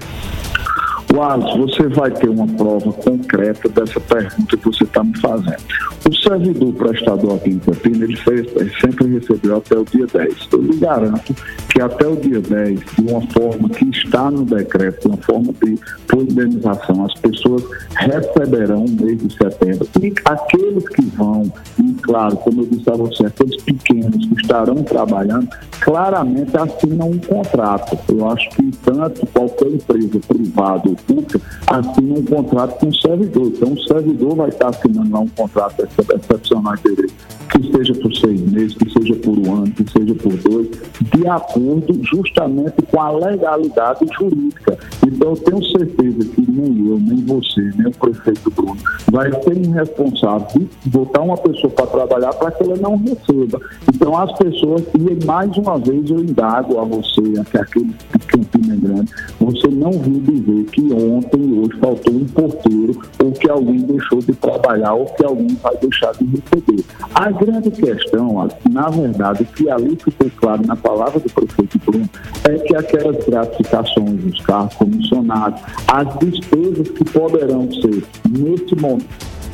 Alisson, você vai ter uma prova concreta dessa pergunta que você está me fazendo. O servidor prestador aqui em Campina, ele sempre recebeu até o dia 10. Eu lhe garanto que até o dia 10, de uma forma que está no decreto, de uma forma de indenização, as pessoas receberão no mês de setembro. E aqueles que vão, e claro, como eu disse a você, aqueles pequenos que estarão trabalhando, claramente assinam um contrato. Eu acho que tanto qualquer empresa privada ou pública assina um contrato com o servidor. Então o servidor vai estar assinando lá um contrato excepcional de direito, que seja por 6 meses, que seja por 1 ano, que seja por 2, de acordo justamente com a legalidade jurídica. Então eu tenho certeza que nem eu, nem você, nem o prefeito Bruno vai ser irresponsável de botar uma pessoa para trabalhar para que ela não receba. Então as pessoas, e mais uma vez eu indago a você, que aquele de Campina Grande, você não viu dizer que ontem e hoje faltou um porteiro, ou que alguém deixou de trabalhar, ou que alguém vai deixar de receber. A grande questão, na verdade, que ali ficou claro na palavra do prefeito Bruno, é que aquelas gratificações dos cargos comissionados, as despesas que poderão ser nesse momento,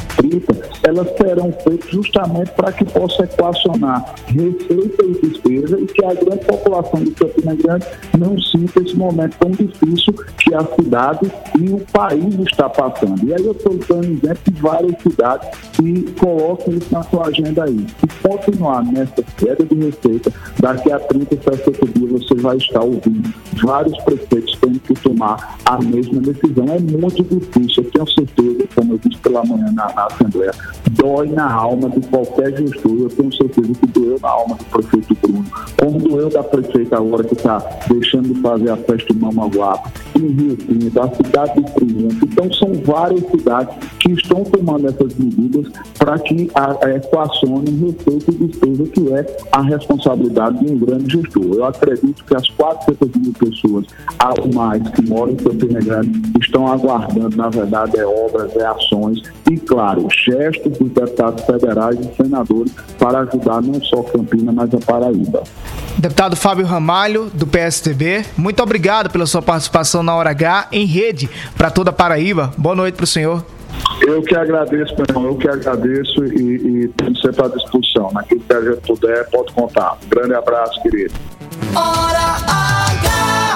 elas serão feitas justamente para que possa equacionar receita e despesa e que a grande população de Campina Grande não sinta esse momento tão difícil que a cidade e o país está passando. E aí eu estou dando exemplo de várias cidades que colocam isso na sua agenda aí. Se continuar nessa queda de receita, daqui a 30, 60 dias você vai estar ouvindo vários prefeitos tendo que tomar a mesma decisão. É muito difícil, eu tenho certeza, como eu disse pela manhã na Assembleia, dói na alma de qualquer gestor. Eu tenho certeza que doeu na alma do prefeito Bruno, como doeu da prefeita agora que está deixando de fazer a festa de Mama Guapa, em Rio Tinto, a cidade de Triunfo. Então são várias cidades que estão tomando essas medidas para que equacione receita e despesa, que é a responsabilidade de um grande gestor. Eu acredito que as 400 mil pessoas a mais que moram em Campina Grande estão aguardando, na verdade, obras, ações e, claro, gestos dos deputados federais e senadores para ajudar não só Campina, mas a Paraíba. Deputado Fábio Ramalho, do PSDB, muito obrigado pela sua participação na Hora H em rede para toda a Paraíba. Boa noite para o senhor. Eu que agradeço, meu irmão, eu que agradeço e tenho sempre à disposição. Naquilo que a gente puder, pode contar. Um grande abraço, querido. Hora H!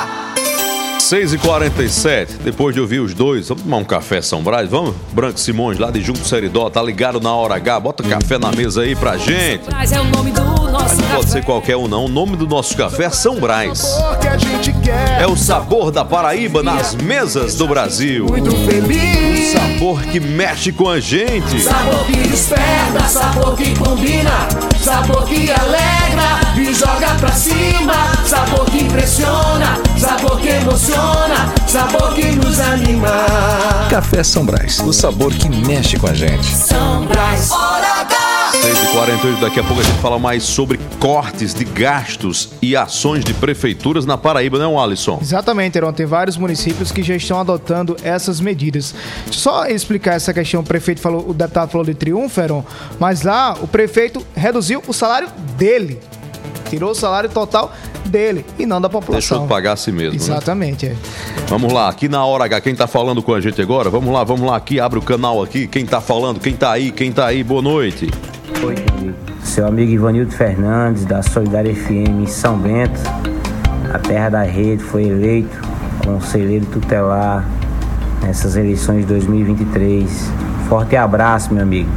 6h47, depois de ouvir os dois, vamos tomar um café São Brás, vamos? Branco Simões, lá de Junco Seridó, tá ligado na Hora H, bota café na mesa aí pra gente. É o nome do nosso Não pode ser qualquer um não, o nome do nosso café é São Brás. É o sabor da Paraíba nas mesas do Brasil. Muito feliz. O sabor que mexe com a gente. Sabor que desperta, sabor que combina, sabor que alegra e joga pra cima, sabor que impressiona, sabor que emociona, sabor que nos anima. Café São Brás, o sabor que mexe com a gente. São Brás, Hora H! 6h48, daqui a pouco a gente fala mais sobre cortes de gastos e ações de prefeituras na Paraíba, não, Alisson? Exatamente, Heron. Tem vários municípios que já estão adotando essas medidas. Só explicar essa questão, o deputado falou de Triunfo, Heron, mas lá o prefeito reduziu o salário dele. Tirou o salário total dele e não da população. Deixou de pagar a si mesmo. Exatamente, né? Vamos lá, aqui na Hora H, quem tá falando com a gente agora? Vamos lá, aqui, abre o canal aqui, quem tá falando, quem tá aí, boa noite. Oi, amigo. Seu amigo Ivanildo Fernandes, da Solidária FM em São Bento, a terra da rede, foi eleito conselheiro tutelar nessas eleições de 2023. Forte abraço, meu amigo.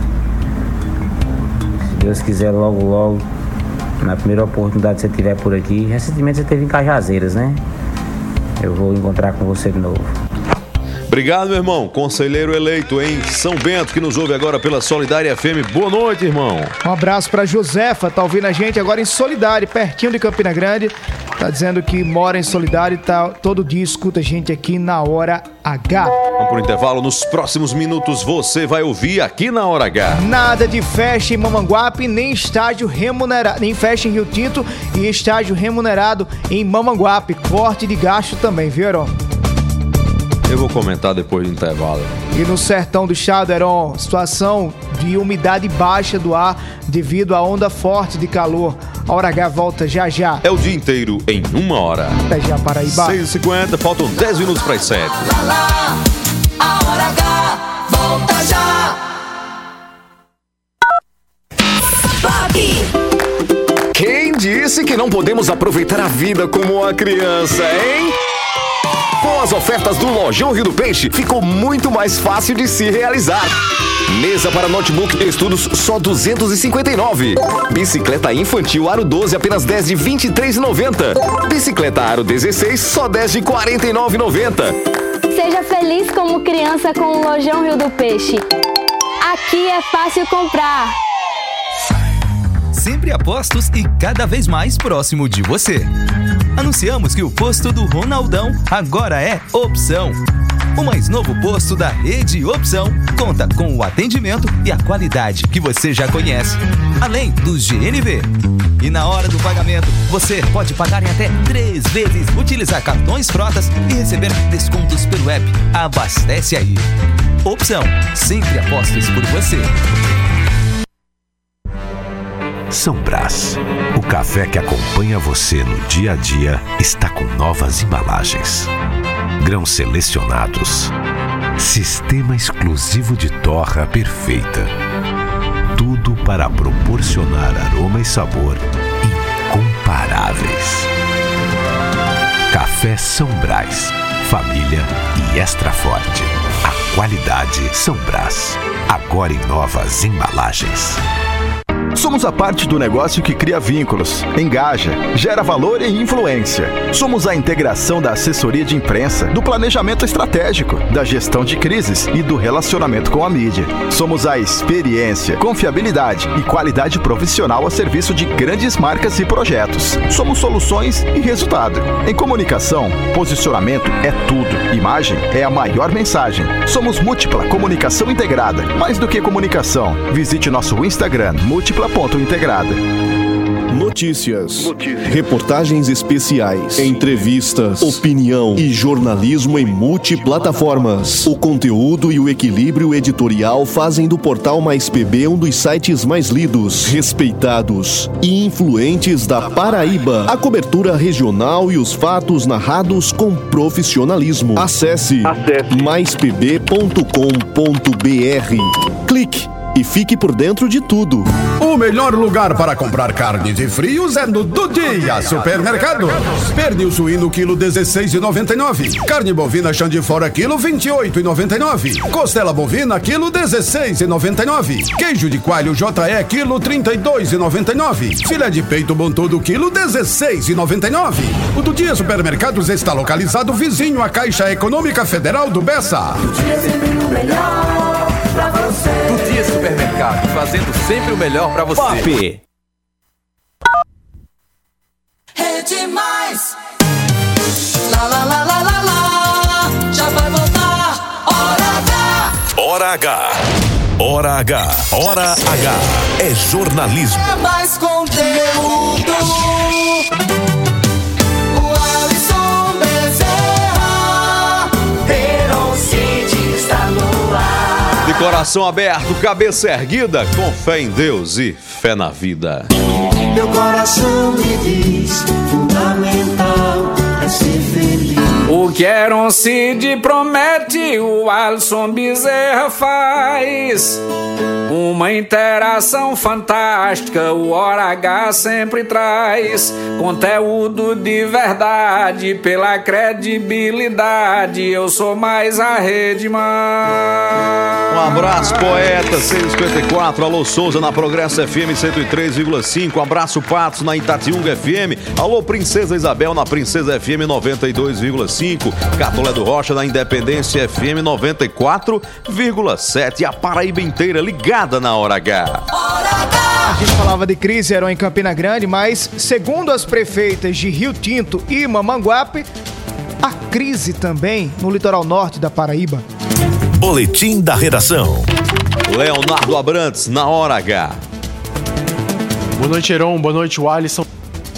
Se Deus quiser, logo, na primeira oportunidade que você tiver por aqui. Recentemente você esteve em Cajazeiras, né? Eu vou encontrar com você de novo. Obrigado, meu irmão. Conselheiro eleito em São Bento, que nos ouve agora pela Solidária FM. Boa noite, irmão. Um abraço pra Josefa, tá ouvindo a gente agora em Solidária, pertinho de Campina Grande. Tá dizendo que mora em Solidária e tá, todo dia escuta a gente aqui na Hora H. Vamos pro intervalo. Nos próximos minutos você vai ouvir aqui na Hora H. Nada de festa em Mamanguape, nem estágio remunerado, nem festa em Rio Tinto e estágio remunerado em Mamanguape. Corte de gasto também, viu, Heron? Eu vou comentar depois do intervalo. E no sertão do estado, Heron, situação de umidade baixa do ar devido à onda forte de calor. A Hora H volta já. É o dia inteiro em 1 hora. Até já, Paraíba. 6h50, faltam 10 minutos para as 7. A Hora H volta já. Quem disse que não podemos aproveitar a vida como uma criança, hein? Com as ofertas do Lojão Rio do Peixe, ficou muito mais fácil de se realizar. Mesa para notebook e estudos só R$259. Bicicleta infantil aro 12 apenas 10 de R$23,90. Bicicleta aro 16 só 10 de R$49,90. Seja feliz como criança com o Lojão Rio do Peixe. Aqui é fácil comprar. Sempre a postos e cada vez mais próximo de você. Anunciamos que o posto do Ronaldão agora é Opção. O mais novo posto da Rede Opção conta com o atendimento e a qualidade que você já conhece, além dos GNV. E na hora do pagamento, você pode pagar em até 3 vezes, utilizar cartões frotas e receber descontos pelo app. Abastece aí. Opção, sempre apostos por você. São Brás, o café que acompanha você no dia a dia, está com novas embalagens. Grãos selecionados. Sistema exclusivo de torra perfeita. Tudo para proporcionar aroma e sabor incomparáveis. Café São Brás, família e extra forte. A qualidade São Brás, agora em novas embalagens. Somos a parte do negócio que cria vínculos, engaja, gera valor e influência. Somos a integração da assessoria de imprensa, do planejamento estratégico, da gestão de crises e do relacionamento com a mídia. Somos a experiência, confiabilidade e qualidade profissional a serviço de grandes marcas e projetos. Somos soluções e resultado. Em comunicação, posicionamento é tudo. Imagem é a maior mensagem. Somos Múltipla Comunicação Integrada. Mais do que comunicação, visite nosso Instagram, Múltipla.integrada. Notícias, reportagens especiais, entrevistas, opinião e jornalismo em multiplataformas. O conteúdo e o equilíbrio editorial fazem do Portal Mais PB um dos sites mais lidos, respeitados e influentes da Paraíba. A cobertura regional e os fatos narrados com profissionalismo. Acesse maispb.com.br. Clique e fique por dentro de tudo. O melhor lugar para comprar carnes e frios é no Do Dia Supermercados. Pernil suíno quilo R$16,99. Carne bovina Xande Fora quilo R$28,99. Costela bovina quilo R$16,99. Queijo de coalho JE quilo R$32,99. Filé de peito bom todo quilo R$16,99. O Do Dia Supermercados está localizado vizinho à Caixa Econômica Federal do Bessa. Do Dia sempre o melhor pra você. Do Dia Supermercado, fazendo sempre o melhor pra você. Pop. Rede Mais. Lá, lá, lá, lá, lá, lá. Já vai voltar. Hora H. Hora H. Hora H. Hora H. É jornalismo. É mais conteúdo. O Alisson Bezerra. Heron City está no ar. De coração aberto, cabeça erguida, com fé em Deus e fé na vida. Meu coração me diz, fundamental é ser feliz. O que Heron Cid promete, o Alisson Bezerra faz. Uma interação fantástica, o Hora H sempre traz. Conteúdo de verdade, pela credibilidade, eu sou mais a Rede Mais. Um abraço, poeta, 654, alô Souza na Progresso FM 103,5, abraço Patos na Itatiunga FM, alô Princesa Isabel na Princesa FM 92,5, Catolé do Rocha na Independência FM 94,7, a Paraíba inteira ligada na Hora H. A gente falava de crise, Heron, em Campina Grande, mas segundo as prefeitas de Rio Tinto e Mamanguape, há crise também no litoral norte da Paraíba. Boletim da Redação. Leonardo Abrantes, na Hora H. Boa noite, Heron. Boa noite, Alisson.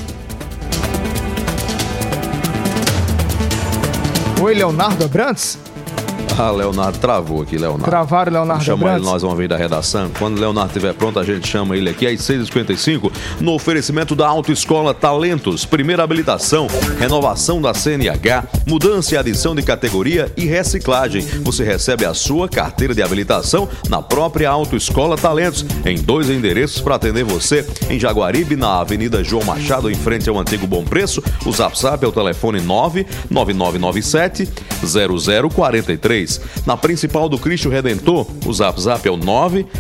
Oi, Leonardo Abrantes? Ah, Leonardo travou aqui, Leonardo. Travaram Leonardo Vamos chamar Abrantes. ele nós uma vez da redação. Quando o Leonardo estiver pronto, a gente chama ele aqui às 6h55, no oferecimento da Autoescola Talentos, primeira habilitação, renovação da CNH, mudança e adição de categoria e reciclagem. Você recebe a sua carteira de habilitação na própria Autoescola Talentos, em 2 endereços para atender você, em Jaguaribe, na Avenida João Machado, em frente ao Antigo Bom Preço. O Zap é o telefone 99997-0043. Na principal do Cristo Redentor, o Zap é o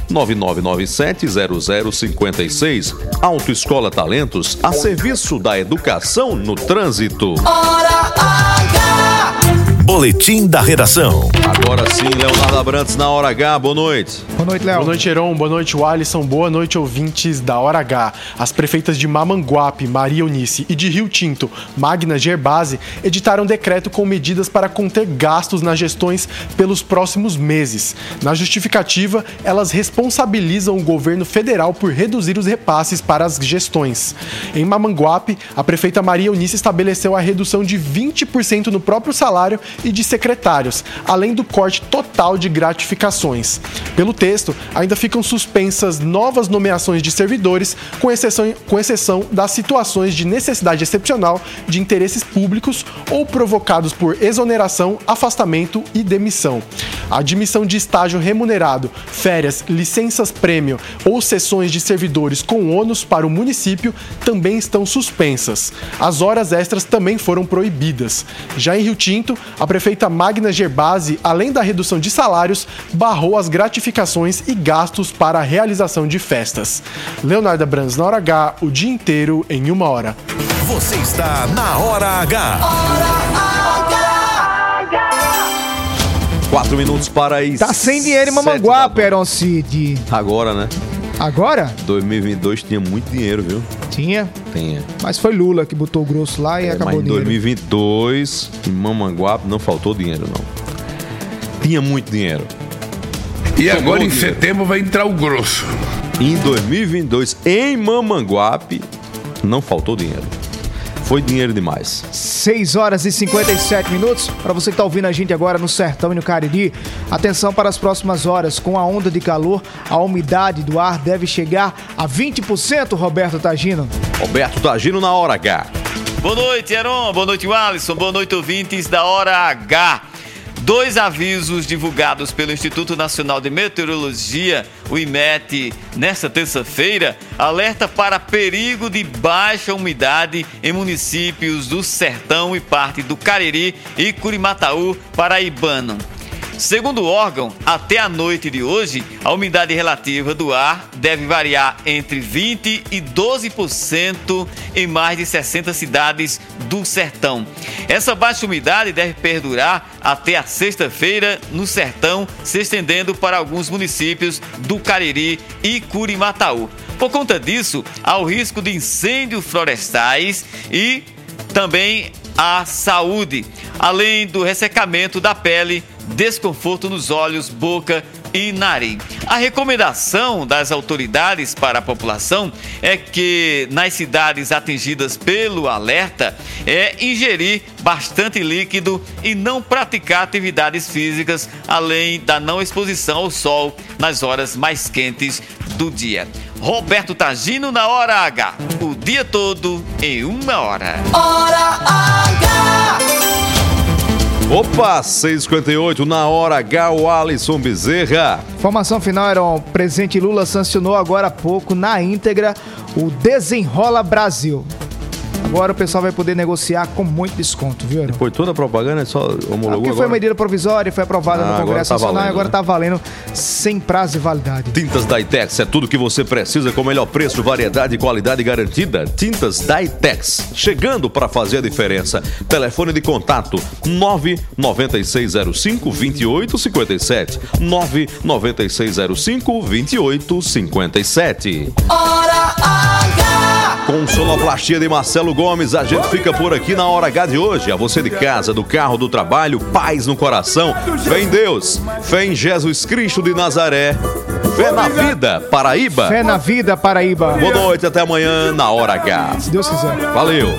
99997-0056. Autoescola Talentos, a serviço da educação no trânsito. Hora H. Boletim da Redação. Agora sim, Leonardo Abrantes na Hora H. Boa noite. Boa noite, Léo. Boa noite, Heron. Boa noite, Alisson. Boa noite, ouvintes da Hora H. As prefeitas de Mamanguape, Maria Eunice, e de Rio Tinto, Magna Gerbasi, editaram decreto com medidas para conter gastos nas gestões pelos próximos meses. Na justificativa, elas responsabilizam o governo federal por reduzir os repasses para as gestões. Em Mamanguape, a prefeita Maria Eunice estabeleceu a redução de 20% no próprio salário e de secretários, além do corte total de gratificações. Pelo texto, ainda ficam suspensas novas nomeações de servidores, com exceção das situações de necessidade excepcional de interesses públicos ou provocados por exoneração, afastamento e demissão. A admissão de estágio remunerado, férias, licenças-prêmio ou sessões de servidores com ônus para o município também estão suspensas. As horas extras também foram proibidas. Já em Rio Tinto, a prefeita Magna Gerbasi, além da redução de salários, barrou as gratificações e gastos para a realização de festas. Leonardo Abrantes na Hora H, o dia inteiro em 1 hora. Você está na Hora H. 4 minutos para isso. Tá sem dinheiro em Mamanguape, Heron Cid. Agora, né? Agora? 2022 tinha muito dinheiro, viu? Tinha? Tinha. Mas foi Lula que botou o grosso lá e acabou o mas em dinheiro. 2022, em Mamanguape, não faltou dinheiro, não. Tinha muito dinheiro. E agora em setembro vai entrar o grosso. Em 2022, em Mamanguape, não faltou dinheiro. Foi dinheiro demais. 6 horas e 57 minutos. Para você que está ouvindo a gente agora no Sertão e no Cariri, atenção para as próximas horas. Com a onda de calor, a umidade do ar deve chegar a 20%, Roberto Tagino. Roberto Tagino na Hora H. Boa noite, Heron. Boa noite, Alisson. Boa noite, ouvintes da Hora H. 2 avisos divulgados pelo Instituto Nacional de Meteorologia, o IMET, nesta terça-feira, alerta para perigo de baixa umidade em municípios do Sertão e parte do Cariri e Curimataú, paraibano. Segundo o órgão, até a noite de hoje, a umidade relativa do ar deve variar entre 20% e 12% em mais de 60 cidades do sertão. Essa baixa umidade deve perdurar até a sexta-feira no sertão, se estendendo para alguns municípios do Cariri e Curimataú. Por conta disso, há o risco de incêndios florestais e também a saúde, além do ressecamento da pele desconforto nos olhos, boca e nariz. A recomendação das autoridades para a população é que nas cidades atingidas pelo alerta é ingerir bastante líquido e não praticar atividades físicas, além da não exposição ao sol nas horas mais quentes do dia. Roberto Tagino na Hora H. O dia todo em 1 hora. Hora H! Opa, 6h58, na Hora H, o Alisson Bezerra. Informação final, Heron. O presidente Lula sancionou agora há pouco, na íntegra, o Desenrola Brasil. Agora o pessoal vai poder negociar com muito desconto, viu, Heron? Foi toda a propaganda, só homologou Porque agora? foi medida provisória, foi aprovada no Congresso Nacional e agora né? tá valendo sem prazo de validade. Tintas Daitex, é tudo que você precisa com o melhor preço, variedade e qualidade garantida. Tintas Daitex, chegando para fazer a diferença. Telefone de contato 99605-2857. 99605-2857. Hora H! Com sonoplastia de Marcelo Gomes, a gente fica por aqui na Hora H de hoje. A você de casa, do carro, do trabalho, paz no coração. Fé em Deus, fé em Jesus Cristo de Nazaré. Fé na vida, Paraíba. Fé na vida, Paraíba. Boa noite, até amanhã na Hora H. Se Deus quiser. Valeu.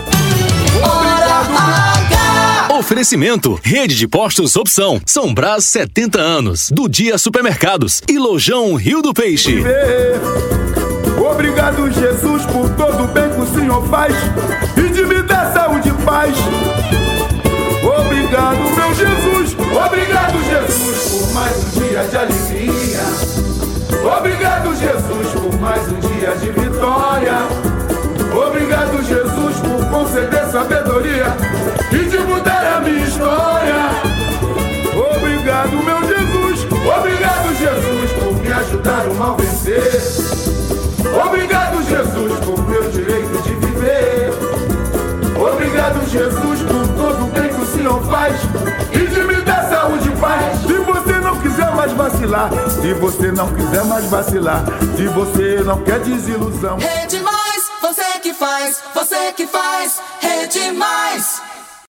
Oferecimento, Rede de Postos Opção, São Brás 70 anos, do Dia Supermercados e Lojão Rio do Peixe. Obrigado, Jesus, por todo o bem que o Senhor faz e de me dar saúde e paz. Obrigado, meu Jesus. Obrigado, Jesus, por mais um dia de alegria. Obrigado, Jesus, por mais um dia de vitória. Obrigado, Jesus, por conceder sabedoria e de mudar a minha história. Obrigado, meu Jesus. Obrigado, Jesus, por me ajudar o mal vencer. Obrigado, Jesus, por meu direito de viver. Obrigado, Jesus, por todo o bem que o Senhor faz e de me dar saúde e paz. Se você não quiser mais vacilar, se você não quiser mais vacilar, se você não quer desilusão. Rede Mais, você que faz, Rede Mais.